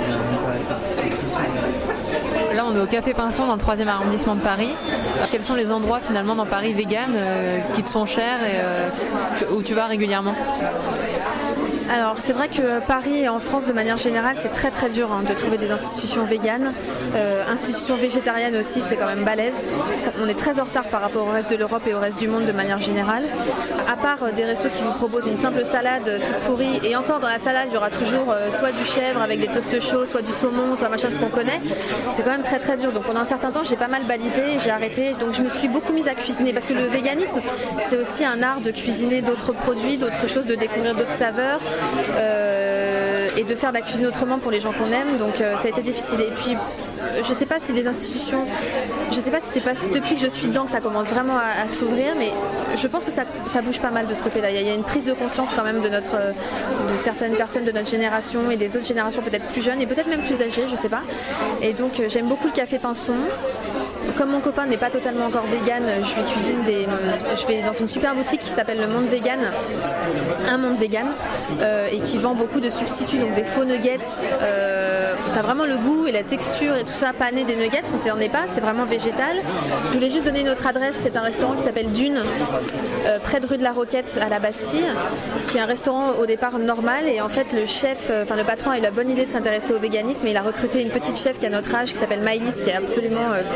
Là, on est au Café Pinson dans le 3e arrondissement de Paris. Alors, quels sont les endroits finalement dans Paris vegan qui te sont chers et où tu vas régulièrement ? Alors c'est vrai que Paris et en France de manière générale c'est très très dur de trouver des institutions véganes, institutions végétariennes aussi, c'est quand même balèze. On est très en retard par rapport au reste de l'Europe et au reste du monde de manière générale. À part des restos qui vous proposent une simple salade toute pourrie, et encore dans la salade il y aura toujours soit du chèvre avec des toasts chauds, soit du saumon, soit machin, ce qu'on connaît. C'est quand même très très dur. Donc pendant un certain temps j'ai pas mal balisé, j'ai arrêté, donc je me suis beaucoup mise à cuisiner, parce que le véganisme c'est aussi un art de cuisiner d'autres produits, d'autres choses, de découvrir d'autres saveurs. Et de faire de la cuisine autrement pour les gens qu'on aime, donc ça a été difficile. Et puis je sais pas si des institutions, je sais pas si c'est pas depuis que je suis dedans que ça commence vraiment à s'ouvrir, mais je pense que ça bouge pas mal de ce côté-là. Il y a une prise de conscience quand même de certaines personnes de notre génération et des autres générations peut-être plus jeunes et peut-être même plus âgées, je sais pas. Et donc j'aime beaucoup le Café Pinson. Comme mon copain n'est pas totalement encore vegan, je vais dans une super boutique qui s'appelle le Monde Vegan, un monde vegan, et qui vend beaucoup de substituts, donc des faux nuggets. T'as vraiment le goût et la texture et tout ça pané des nuggets, mais ça n'en est pas, c'est vraiment végétal. Je voulais juste donner une autre adresse, c'est un restaurant qui s'appelle Dune, près de rue de la Roquette à la Bastille, qui est un restaurant au départ normal, et en fait le patron a eu la bonne idée de s'intéresser au véganisme, et il a recruté une petite chef qui a notre âge, qui s'appelle Maëlys, qui est absolument fantastique,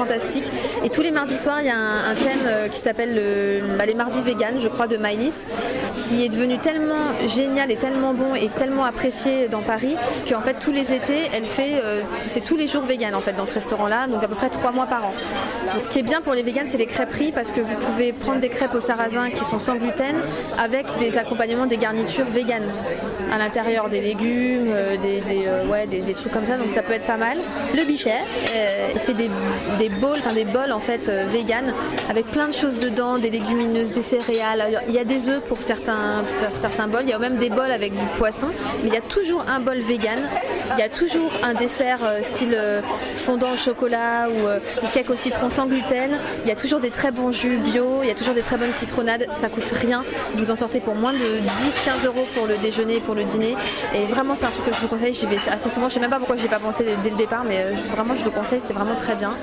fantastique. Et tous les mardis soirs, il y a un thème qui s'appelle les mardis vegan, je crois, de Maëlys, qui est devenu tellement génial et tellement bon et tellement apprécié dans Paris qu'en fait tous les étés, elle fait, c'est tous les jours vegan en fait dans ce restaurant-là, donc à peu près 3 mois par an. Et ce qui est bien pour les végans, c'est les crêperies parce que vous pouvez prendre des crêpes au sarrasin qui sont sans gluten avec des accompagnements, des garnitures véganes à l'intérieur, des légumes, des trucs comme ça, donc ça peut être pas mal. Le Bichet fait des bols en fait véganes avec plein de choses dedans, des légumineuses, des céréales. Il y a des œufs pour certains bols, il y a même des bols avec du poisson, mais il y a toujours un bol vegan, il y a toujours un dessert style fondant au chocolat ou cake au citron sans gluten, il y a toujours des très bons jus bio, il y a toujours des très bonnes citronnades, ça coûte rien, vous en sortez pour moins de 10-15 € pour le déjeuner, pour le dîner, et vraiment c'est un truc que je vous conseille, j'y vais assez souvent, je sais même pas pourquoi j'y ai pas pensé dès le départ, mais vraiment je le conseille, c'est vraiment très bien.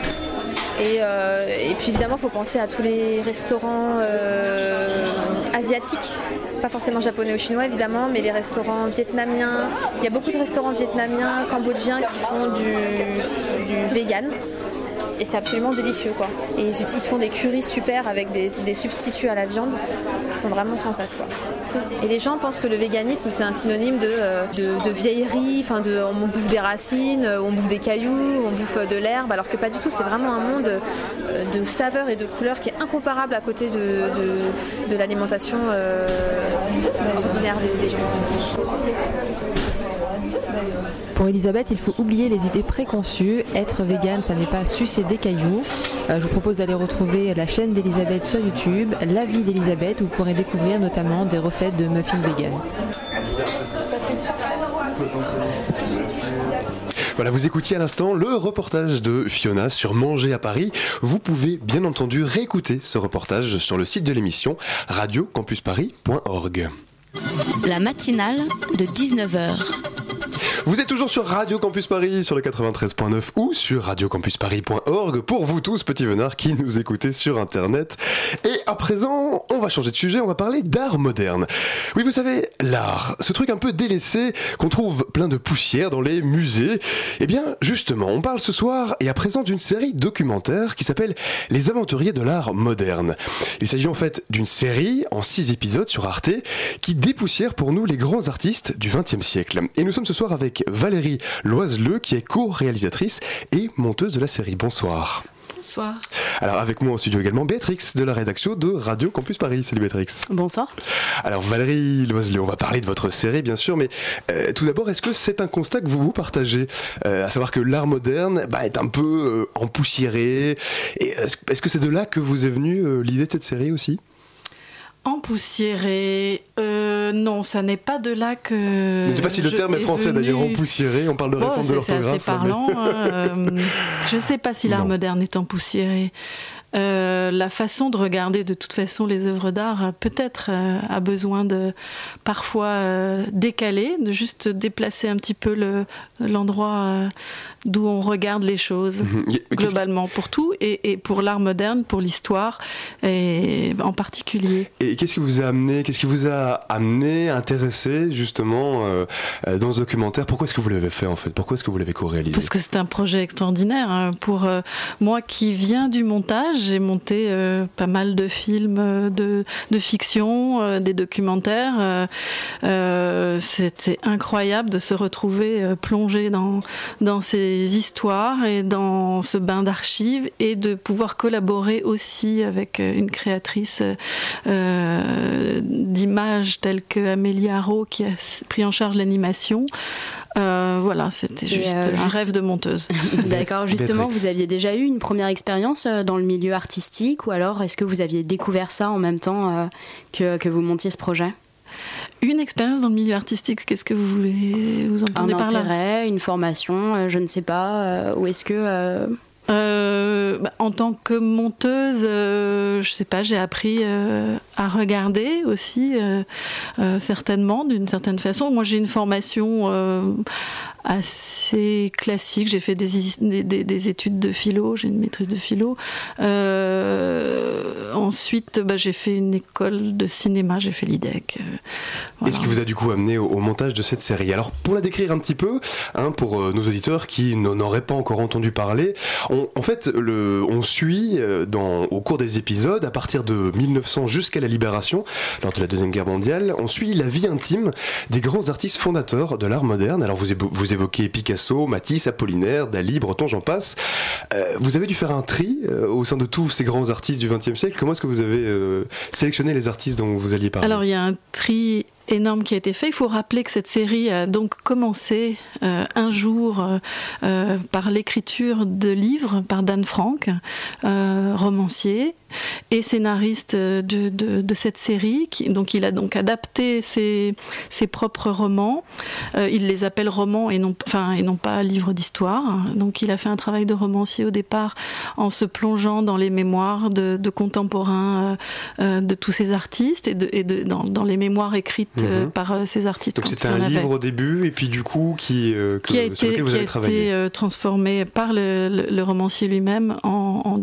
Et puis évidemment, il faut penser à tous les restaurants asiatiques, pas forcément japonais ou chinois évidemment, mais les restaurants vietnamiens. Il y a beaucoup de restaurants vietnamiens, cambodgiens qui font du vegan. Et c'est absolument délicieux quoi. Et ils font des currys super avec des substituts à la viande qui sont vraiment sans sas quoi. Et les gens pensent que le véganisme c'est un synonyme de vieillerie, on bouffe des racines, on bouffe des cailloux, on bouffe de l'herbe, alors que pas du tout, c'est vraiment un monde de saveurs et de couleurs qui est incomparable à côté de l'alimentation ordinaire des gens. Pour Elisabeth, il faut oublier les idées préconçues. Être végane, ça n'est pas sucer des cailloux. Je vous propose d'aller retrouver la chaîne d'Elisabeth sur YouTube, La vie d'Elisabeth, où vous pourrez découvrir notamment des recettes de muffins véganes. Voilà, vous écoutiez à l'instant le reportage de Fiona sur Manger à Paris. Vous pouvez bien entendu réécouter ce reportage sur le site de l'émission radiocampusparis.org. La matinale de 19h. Vous êtes toujours sur Radio Campus Paris sur le 93.9 ou sur radiocampusparis.org pour vous tous petits venards qui nous écoutez sur internet. Et à présent, on va changer de sujet, on va parler d'art moderne. Oui, vous savez, l'art, ce truc un peu délaissé qu'on trouve plein de poussière dans les musées. Eh bien, justement, on parle ce soir et à présent d'une série documentaire qui s'appelle Les Aventuriers de l'art moderne. Il s'agit en fait d'une série en 6 épisodes sur Arte qui dépoussière pour nous les grands artistes du XXe siècle. Et nous sommes ce soir avec Valérie Loiseleux qui est co-réalisatrice et monteuse de la série. Bonsoir. Bonsoir. Alors avec moi en studio également Béatrix de la rédaction de Radio Campus Paris. Salut Béatrix. Bonsoir. Alors Valérie Loiseleux, on va parler de votre série bien sûr, mais tout d'abord est-ce que c'est un constat que vous partagez, à savoir que l'art moderne est un peu empoussiéré, et est-ce que c'est de là que vous est venue l'idée de cette série aussi ? Empoussiéré, non, ça n'est pas de là que. Je ne sais pas si le terme est français d'ailleurs, empoussiéré, on parle de réforme de l'orthographe. C'est assez parlant. Je ne sais pas si l'art moderne est empoussiéré. La façon de regarder de toute façon les œuvres d'art peut-être a besoin de parfois décaler, de juste déplacer un petit peu l'endroit d'où on regarde les choses globalement pour tout et pour l'art moderne, pour l'histoire et en particulier. Et qu'est-ce qui vous a amené, intéressé justement dans ce documentaire ? Pourquoi est-ce que vous l'avez fait en fait ? Pourquoi est-ce que vous l'avez co-réalisé ? Parce que c'est un projet extraordinaire. Pour moi qui viens du montage, j'ai monté pas mal de films de fiction, des documentaires. C'était incroyable de se retrouver plongé dans ces histoires et dans ce bain d'archives et de pouvoir collaborer aussi avec une créatrice d'images telle que Amélie Haro qui a pris en charge l'animation. Voilà, c'était juste un rêve de monteuse. D'accord, justement, vous aviez déjà eu une première expérience dans le milieu artistique ou alors est-ce que vous aviez découvert ça en même temps que vous montiez ce projet ? Une expérience dans le milieu artistique, qu'est-ce que vous entendez par là ? Un intérêt, une formation, je ne sais pas, ou est-ce que... En tant que monteuse, je sais pas, j'ai appris à regarder aussi, certainement, d'une certaine façon. Moi, j'ai une formation assez classique. J'ai fait des études de philo, j'ai une maîtrise de philo. Ensuite, j'ai fait une école de cinéma, j'ai fait l'IDEC. Voilà. Et ce qui vous a du coup amené au montage de cette série. Alors pour la décrire un petit peu, pour nos auditeurs qui n'en auraient pas encore entendu parler, on suit au cours des épisodes, à partir de 1900 jusqu'à la Libération, lors de la Deuxième Guerre mondiale, on suit la vie intime des grands artistes fondateurs de l'art moderne. Alors vous évoquez Picasso, Matisse, Apollinaire, Dali, Breton, j'en passe. Vous avez dû faire un tri au sein de tous ces grands artistes du XXe siècle. Comment est-ce que vous avez sélectionné les artistes dont vous alliez parler ? Alors il y a un tri énorme qui a été fait. Il faut rappeler que cette série a donc commencé un jour par l'écriture de livres par Dan Frank, romancier et scénariste de cette série. Donc il a donc adapté ses propres romans. Il les appelle romans et non pas livres d'histoire. Donc il a fait un travail de romancier au départ en se plongeant dans les mémoires de contemporains de tous ces artistes et dans les mémoires écrites par ces artistes. Donc c'était un livre au début et puis du coup sur lequel vous avez travaillé. Qui a été transformé par le romancier lui-même en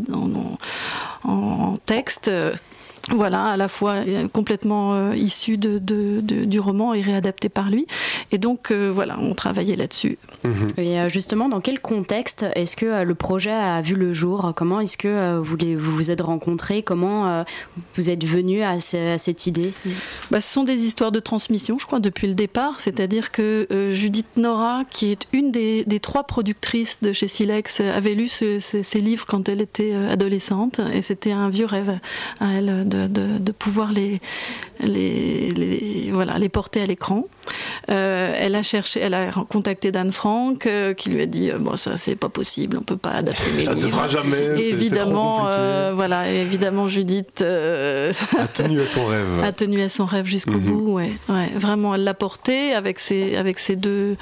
texte. Voilà, à la fois complètement issu du roman et réadapté par lui. Et donc, on travaillait là-dessus. Et justement, dans quel contexte est-ce que le projet a vu le jour ? Comment est-ce que vous vous êtes rencontrés ? Comment vous êtes venus à cette idée ? Ce sont des histoires de transmission, je crois, depuis le départ. C'est-à-dire que Judith Nora, qui est une des 3 productrices de chez Silex, avait lu ces livres quand elle était adolescente. Et c'était un vieux rêve à elle de pouvoir les porter à l'écran. Elle a contacté Dan Frank qui lui a dit ça c'est pas possible, on peut pas adapter mes livres. Ça ne se fera jamais. Et évidemment, évidemment Judith a tenu à son rêve. A tenu à son rêve jusqu'au bout. Ouais. Vraiment, elle l'a porté avec ses deux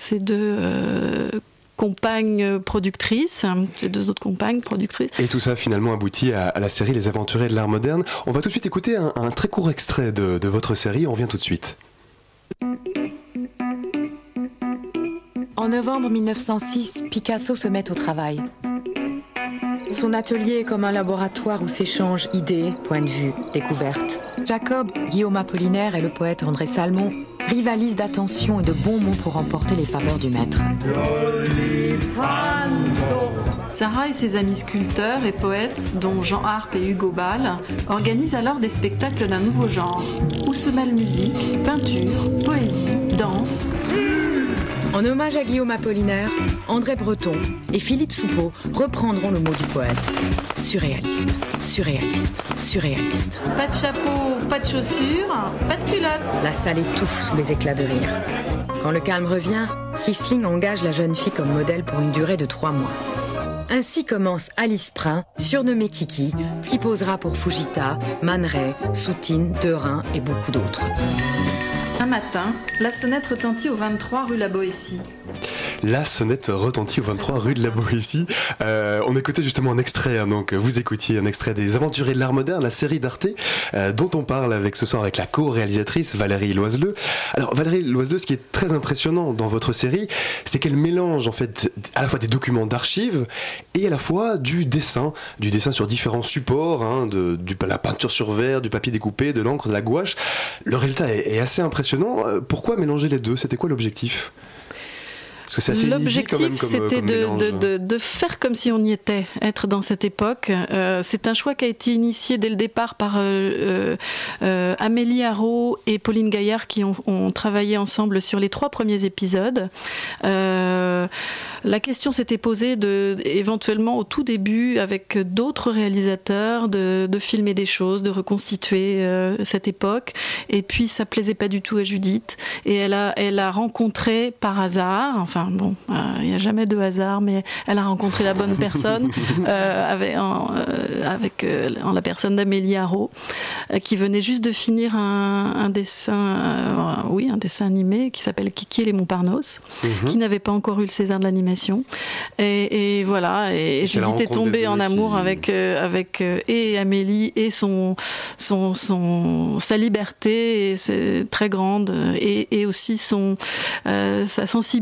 compagnes productrices, les 2 autres compagnes productrices. Et tout ça finalement aboutit à la série Les Aventuriers de l'Art Moderne. On va tout de suite écouter un très court extrait de votre série, on revient tout de suite. En novembre 1906, Picasso se met au travail. Son atelier est comme un laboratoire où s'échangent idées, points de vue, découvertes. Jacob, Guillaume Apollinaire et le poète André Salmon rivalisent d'attention et de bons mots pour remporter les faveurs du maître. Sarah et ses amis sculpteurs et poètes, dont Jean Harpe et Hugo Ball, organisent alors des spectacles d'un nouveau genre, où se mêlent musique, peinture, poésie, danse. En hommage à Guillaume Apollinaire, André Breton et Philippe Soupeau reprendront le mot du poète. Surréaliste, surréaliste, surréaliste. Pas de chapeau, pas de chaussures, pas de culotte. La salle étouffe sous les éclats de rire. Quand le calme revient, Kisling engage la jeune fille comme modèle pour une durée de 3 mois. Ainsi commence Alice Prin, surnommée Kiki, qui posera pour Fujita, Man Ray, Soutine, Derain et beaucoup d'autres. Un matin, la sonnette retentit au 23 rue La Boétie. La sonnette retentit au 23 rue de la Boétie. On écoutait justement un extrait, donc vous écoutiez un extrait des Aventuriers de l'Art Moderne, la série d'Arte, dont on parle ce soir avec la co-réalisatrice Valérie Loiseleu. Alors Valérie Loiseleu, ce qui est très impressionnant dans votre série, c'est qu'elle mélange en fait à la fois des documents d'archives et à la fois du dessin sur différents supports, de la peinture sur verre, du papier découpé, de l'encre, de la gouache. Le résultat est assez impressionnant. Pourquoi mélanger les deux ? C'était quoi l'objectif ? Parce que c'est assez inédit quand même c'était de faire comme si on y était, être dans cette époque. C'est un choix qui a été initié dès le départ par Amélie Arrault et Pauline Gaillard qui ont travaillé ensemble sur les 3 premiers épisodes. La question s'était posée éventuellement au tout début avec d'autres réalisateurs de filmer des choses, de reconstituer cette époque. Et puis ça plaisait pas du tout à Judith. Et elle a rencontré par hasard, il n'y a jamais de hasard, mais elle a rencontré la bonne personne en la personne d'Amélie Arrault, qui venait juste de finir un dessin animé qui s'appelle Kiki et les Montparnasse, qui n'avait pas encore eu le César de l'animation. Et voilà, et Judith est tombée en amour avec et Amélie et sa liberté, et c'est très grande, et aussi sa sensibilité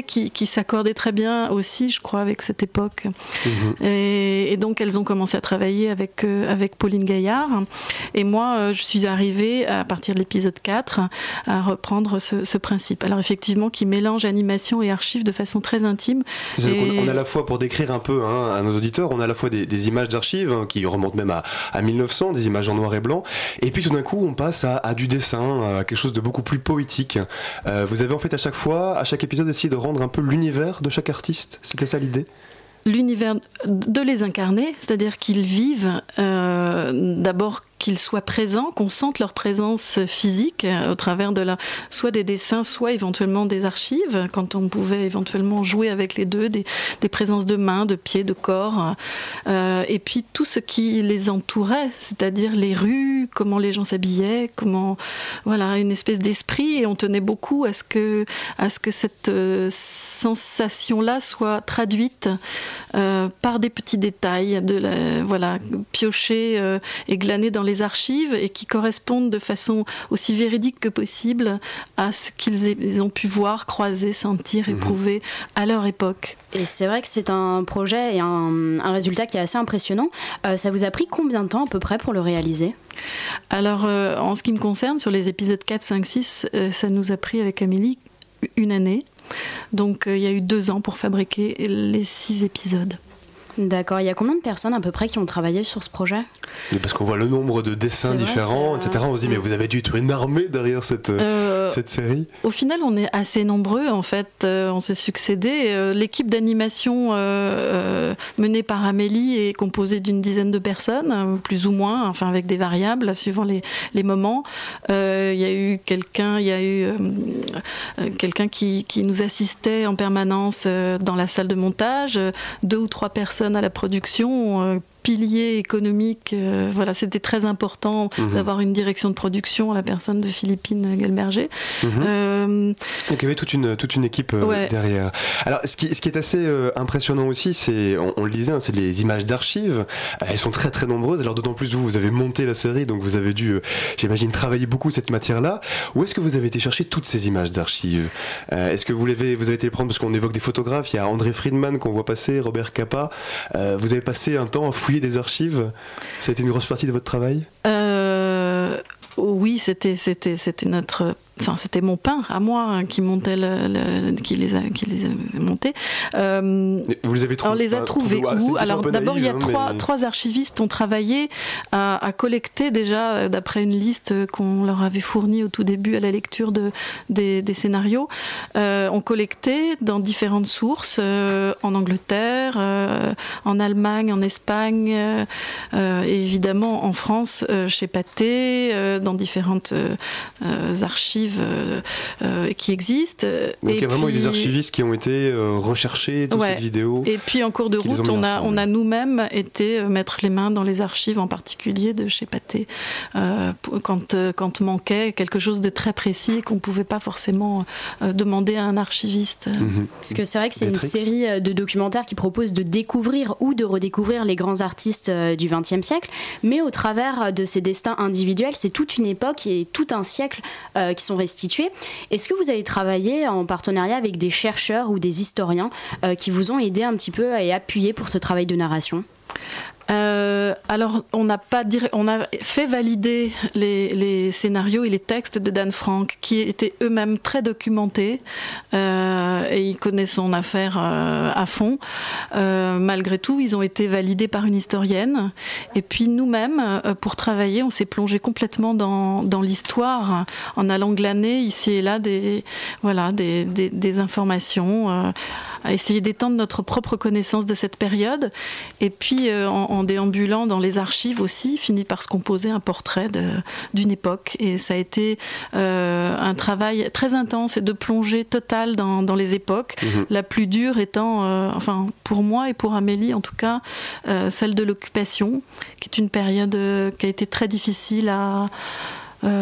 qui s'accordait très bien aussi, je crois, avec cette époque. Et donc elles ont commencé à travailler avec Pauline Gaillard. Et moi, je suis arrivée à partir de l'épisode 4 à reprendre ce principe. Alors effectivement, qui mélange animation et archives de façon très intime. On a à la fois, pour décrire un peu à nos auditeurs, on a à la fois des images d'archives qui remontent même à 1900, des images en noir et blanc, et puis tout d'un coup on passe à du dessin, à quelque chose de beaucoup plus poétique. Vous avez en fait à chaque épisode essayé de rendre un peu l'univers de chaque artiste, c'était ça l'idée ? L'univers, de les incarner, c'est-à-dire qu'ils vivent d'abord, qu'ils soient présents, qu'on sente leur présence physique au travers de soit des dessins, soit éventuellement des archives, quand on pouvait éventuellement jouer avec les deux, des présences de mains, de pieds, de corps, et puis tout ce qui les entourait, c'est-à-dire les rues, comment les gens s'habillaient, une espèce d'esprit, et on tenait beaucoup à ce que cette sensation-là soit traduite par des petits détails, piochés et glanés dans les archives, et qui correspondent de façon aussi véridique que possible à ce qu'ils ont pu voir, croiser, sentir, éprouver à leur époque. Et c'est vrai que c'est un projet et un résultat qui est assez impressionnant. Ça vous a pris combien de temps à peu près pour le réaliser ? Alors, en ce qui me concerne, sur les épisodes 4, 5, 6, ça nous a pris avec Amélie 1 année. Donc il y a eu 2 ans pour fabriquer les 6 épisodes. D'accord. Il y a combien de personnes à peu près qui ont travaillé sur ce projet ? Parce qu'on voit le nombre de dessins différents, etc. On se dit, mais vous avez dû être une armée derrière cette série. Au final, on est assez nombreux, en fait. On s'est succédé. L'équipe d'animation menée par Amélie est composée d'une dizaine de personnes, plus ou moins, enfin avec des variables, suivant les moments. Il y a eu quelqu'un qui nous assistait en permanence dans la salle de montage, 2 ou 3 personnes à la production, pilier économique, c'était très important d'avoir une direction de production à la personne de Philippine Gelberger. Donc il y avait toute une équipe derrière. Alors ce qui est assez impressionnant aussi, c'est, on le disait, c'est les images d'archives. Elles sont très très nombreuses. Alors d'autant plus vous avez monté la série, donc vous avez dû, j'imagine, travailler beaucoup cette matière-là. Où est-ce que vous avez été chercher toutes ces images d'archives ? Est-ce que vous avez été les prendre, parce qu'on évoque des photographes, il y a André Friedman qu'on voit passer, Robert Capa. Vous avez passé un temps à fouiller des archives. Ça a été une grosse partie de votre travail ? Oui, c'était mon pain à moi qui montait qui les a montés. Vous les avez trouvés ? On les a trouvés où ? Alors d'abord, il y a trois archivistes ont travaillé à collecter déjà, d'après une liste qu'on leur avait fournie au tout début à la lecture des scénarios. On collectait dans différentes sources, en Angleterre, en Allemagne, en Espagne, et évidemment en France, chez Pathé, dans différentes archives qui existent. Donc il y a vraiment eu des archivistes qui ont été recherchés, toutes cette vidéo. Et puis en cours de route, on a nous-mêmes été mettre les mains dans les archives, en particulier de chez Pathé, quand manquait quelque chose de très précis qu'on ne pouvait pas forcément demander à un archiviste. Parce que c'est vrai que c'est une série de documentaires qui propose de découvrir ou de redécouvrir les grands artistes du XXe siècle, mais au travers de ces destins individuels, c'est toute une époque et tout un siècle qui sont restitués. Est-ce que vous avez travaillé en partenariat avec des chercheurs ou des historiens qui vous ont aidé un petit peu et appuyé pour ce travail de narration ? Alors, on a fait valider les scénarios et les textes de Dan Frank, qui étaient eux-mêmes très documentés, et ils connaissent son affaire à fond. Malgré tout, ils ont été validés par une historienne. Et puis nous-mêmes, pour travailler, on s'est plongé complètement dans l'histoire, en allant glaner ici et là des informations, à essayer d'étendre notre propre connaissance de cette période. Et puis, en déambulant dans les archives aussi, finit par se composer un portrait d'une époque. Et ça a été un travail très intense et de plongée totale dans les époques. La plus dure étant, pour moi et pour Amélie en tout cas, celle de l'occupation, qui est une période qui a été très difficile à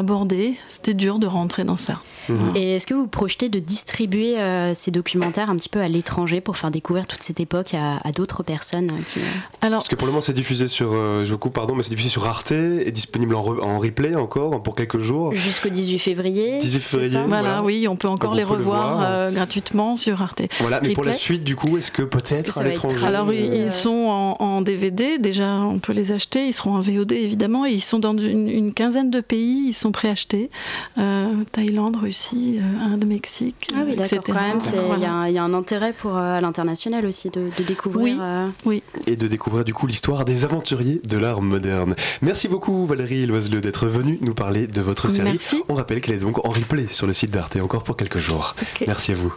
aborder. C'était dur de rentrer dans ça. Et est-ce que vous projetez de distribuer ces documentaires un petit peu à l'étranger pour faire découvrir toute cette époque à d'autres personnes Parce que pour le moment c'est diffusé sur mais c'est diffusé sur Arte et disponible en replay encore pour quelques jours. Jusqu'au 18 février. 18 février. Voilà, oui, on peut encore les revoir gratuitement sur Arte. Voilà, mais pour la suite du coup, est-ce que peut-être à l'étranger Alors ils sont en DVD, déjà on peut les acheter, ils seront en VOD évidemment, et ils sont dans une quinzaine de pays, ils sont préachetés. Thaïlande, Russie, Inde, Mexique, Ah oui, d'accord, etc. quand même, il y a un intérêt pour à l'international aussi de découvrir. Oui. Et de découvrir du coup l'histoire des aventuriers de l'art moderne. Merci beaucoup Valérie Loiseleux d'être venue nous parler de votre série. Merci. On rappelle qu'elle est donc en replay sur le site d'Arte encore pour quelques jours. Okay. Merci à vous.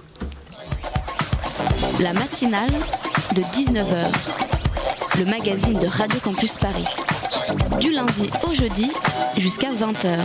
La matinale de 19h, le magazine de Radio Campus Paris. Du lundi au jeudi jusqu'à 20h.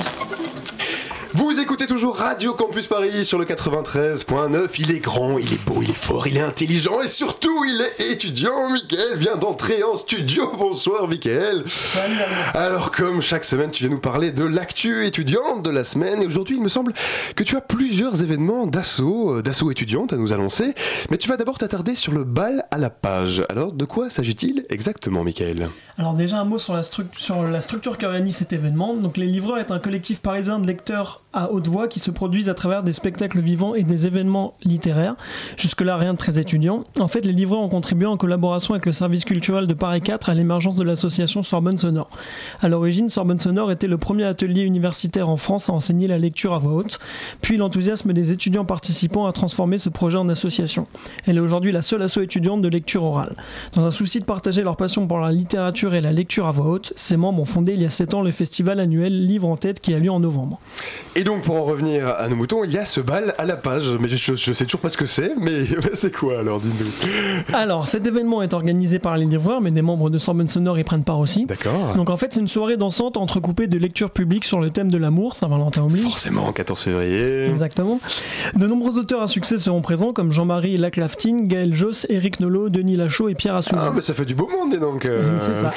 Vous écoutez toujours Radio Campus Paris sur le 93.9. Il est grand, il est beau, il est fort, il est intelligent et surtout il est étudiant. Mickaël vient d'entrer en studio. Bonsoir Mickaël. Salut. Alors comme chaque semaine tu viens nous parler de l'actu étudiante de la semaine. Et aujourd'hui il me semble que tu as plusieurs événements d'assaut étudiante à nous annoncer. Mais tu vas d'abord t'attarder sur le bal à la page. Alors de quoi s'agit-il exactement Mickaël ? Alors déjà un mot sur la structure qui organise cet événement. Donc Les Livreurs est un collectif parisien de lecteurs à haute voix qui se produisent à travers des spectacles vivants et des événements littéraires. Jusque-là, rien de très étudiant. En fait, les livreurs ont contribué en collaboration avec le service culturel de Paris 4 à l'émergence de l'association Sorbonne Sonore. À l'origine, Sorbonne Sonore était le premier atelier universitaire en France à enseigner la lecture à voix haute, puis l'enthousiasme des étudiants participants a transformé ce projet en association. Elle est aujourd'hui la seule asso étudiante de lecture orale. Dans un souci de partager leur passion pour la littérature et la lecture à voix haute, ses membres ont fondé il y a 7 ans le festival annuel Livre en tête qui a lieu en novembre. Et donc pour en revenir à nos moutons, il y a ce bal à la page, mais je sais toujours pas ce que c'est, mais c'est quoi alors, dis-nous. Alors cet événement est organisé par les livreurs, mais des membres de Sorbonne Sonore y prennent part aussi. D'accord. Donc en fait c'est une soirée dansante entrecoupée de lectures publiques sur le thème de l'amour, Saint-Valentin oblige. Forcément, 14 février. Exactement. De nombreux auteurs à succès seront présents, comme Jean-Marie Laclaftine, Gaël Josse, Éric Nolot, Denis Lachaud et Pierre Assouline. Ah mais ça fait du beau monde, donc. C'est ça.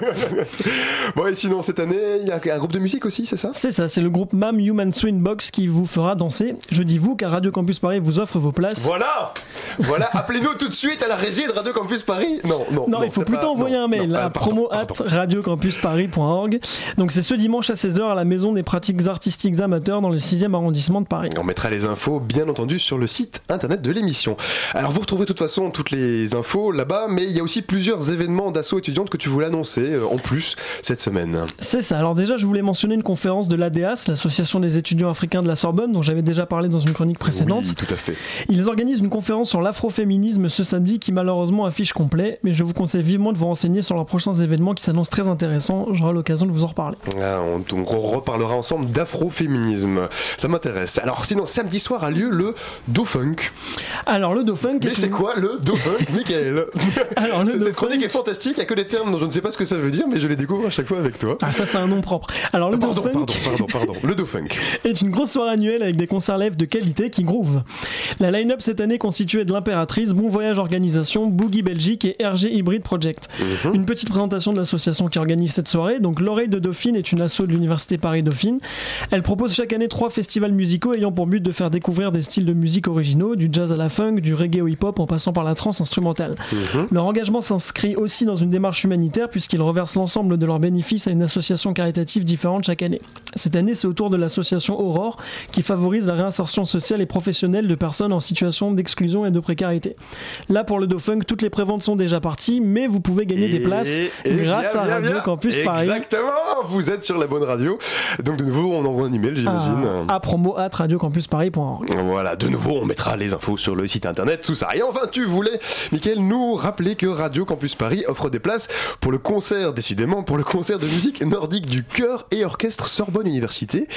Bon et sinon cette année, il y a un groupe de musique aussi, c'est ça ? C'est ça, c'est le groupe MAM Human Swing Box qui vous fera danser. Je dis vous car Radio Campus Paris vous offre vos places. Voilà, appelez-nous tout de suite à la régie de Radio Campus Paris. Non, il faut plutôt envoyer un mail à promo@radiocampusparis.org. Donc c'est ce dimanche à 16h à la Maison des pratiques artistiques amateurs dans le 6e arrondissement de Paris. On mettra les infos bien entendu sur le site internet de l'émission. Alors vous retrouvez de toute façon toutes les infos là-bas, mais il y a aussi plusieurs événements d'assaut étudiante que tu voulais annoncer en plus cette semaine. C'est ça, alors déjà je voulais mentionner une conférence de l'ADEAS, l'association des étudiants africains de la Sorbonne, dont j'avais déjà parlé dans une chronique précédente. Oui, tout à fait. Ils organisent une conférence sur l'afroféminisme ce samedi qui malheureusement affiche complet, mais je vous conseille vivement de vous renseigner sur leurs prochains événements qui s'annoncent très intéressants. J'aurai l'occasion de vous en reparler. On reparlera ensemble d'afroféminisme. Ça m'intéresse. Alors sinon, samedi soir a lieu le Do-Funk. Alors le Do-Funk... Mais c'est quoi le Do-Funk, Mickaël? Alors cette chronique est fantastique, il n'y a que des termes dont je ne sais pas ce que ça veut dire, mais je les découvre à chaque fois avec toi. Ah ça c'est un nom propre. Alors le pardon. Le Do-Funk est une grosse soirée annuelle avec des concerts live de qualité qui groove. La line-up cette année constituée de l'Impératrice, Bon Voyage Organisation, Boogie Belgique et RG Hybrid Project. Une petite présentation de l'association qui organise cette soirée. Donc l'Oreille de Dauphine est une asso de l'Université Paris-Dauphine. Elle propose chaque année 3 festivals musicaux ayant pour but de faire découvrir des styles de musique originaux, du jazz à la funk, du reggae au hip-hop en passant par la trance instrumentale. Leur engagement s'inscrit aussi dans une démarche humanitaire puisqu'ils reversent l'ensemble de leurs bénéfices à une association caritative différente chaque année. Cette année, c'est au tour de l'association Aurore qui favorise la réinsertion sociale et professionnelle de personnes en situation d'exclusion et de précarité. Là, pour le Do-Funk, toutes les préventes sont déjà parties, mais vous pouvez gagner des places grâce à Radio Campus Paris. Exactement, vous êtes sur la bonne radio. Donc de nouveau, on envoie un email, j'imagine. À promo@radiocampusparis.org. Voilà, de nouveau, on mettra les infos sur le site internet, tout ça. Et enfin, tu voulais, Mickaël, nous rappeler que Radio Campus Paris offre des places pour le concert, décidément, pour le concert de musique nordique du chœur et orchestre Sorbonne Université, qui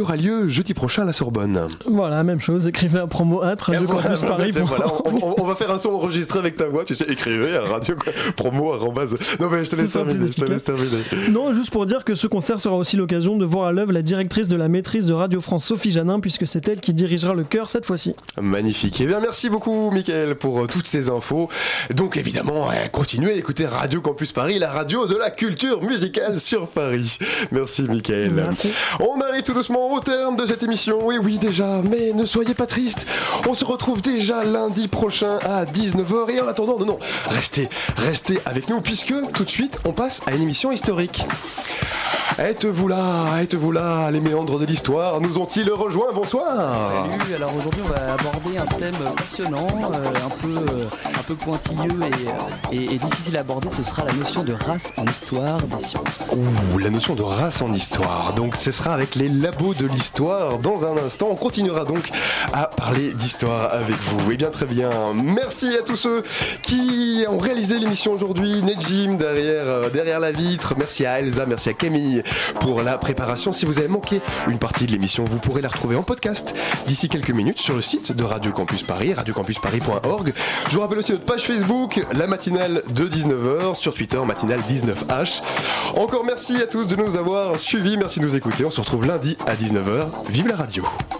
aura lieu jeudi prochain à la Sorbonne. Voilà, même chose, écrivez à promo Radio Campus Paris. On va faire un son enregistré avec ta voix, tu sais, écrivez à radio promo @. Non mais je te laisse terminer. Non, juste pour dire que ce concert sera aussi l'occasion de voir à l'œuvre la directrice de la maîtrise de Radio France, Sophie Janin, puisque c'est elle qui dirigera le chœur cette fois-ci. Magnifique. Eh bien, merci beaucoup, Mickaël, pour toutes ces infos. Donc, évidemment, continuez à écouter Radio Campus Paris, la radio de la culture musicale sur Paris. Merci, Mickaël. Merci. On arrive tout doucement au terme de cette émission. Oui, déjà. Mais ne soyez pas tristes. On se retrouve déjà lundi prochain à 19h. Et en attendant, non, restez avec nous, puisque tout de suite, on passe à une émission historique. Êtes-vous là, les méandres de l'histoire nous ont-ils rejoints? Bonsoir. Salut, alors aujourd'hui on va aborder un thème passionnant, un peu pointilleux et difficile à aborder, ce sera la notion de race en histoire des sciences. Ouh, la notion de race en histoire, donc ce sera avec les labos de l'histoire dans un instant. On continuera donc à parler d'histoire avec vous. Et bien très bien, merci à tous ceux qui ont réalisé l'émission aujourd'hui, Nejim derrière la vitre, merci à Elsa, merci à Camille pour la préparation. Si vous avez manqué une partie de l'émission, vous pourrez la retrouver en podcast d'ici quelques minutes sur le site de Radio Campus Paris, radiocampusparis.org. Je vous rappelle aussi notre page Facebook, la matinale de 19h, sur Twitter, matinale 19h. Encore merci à tous de nous avoir suivis, merci de nous écouter. On se retrouve lundi à 19h. Vive la radio!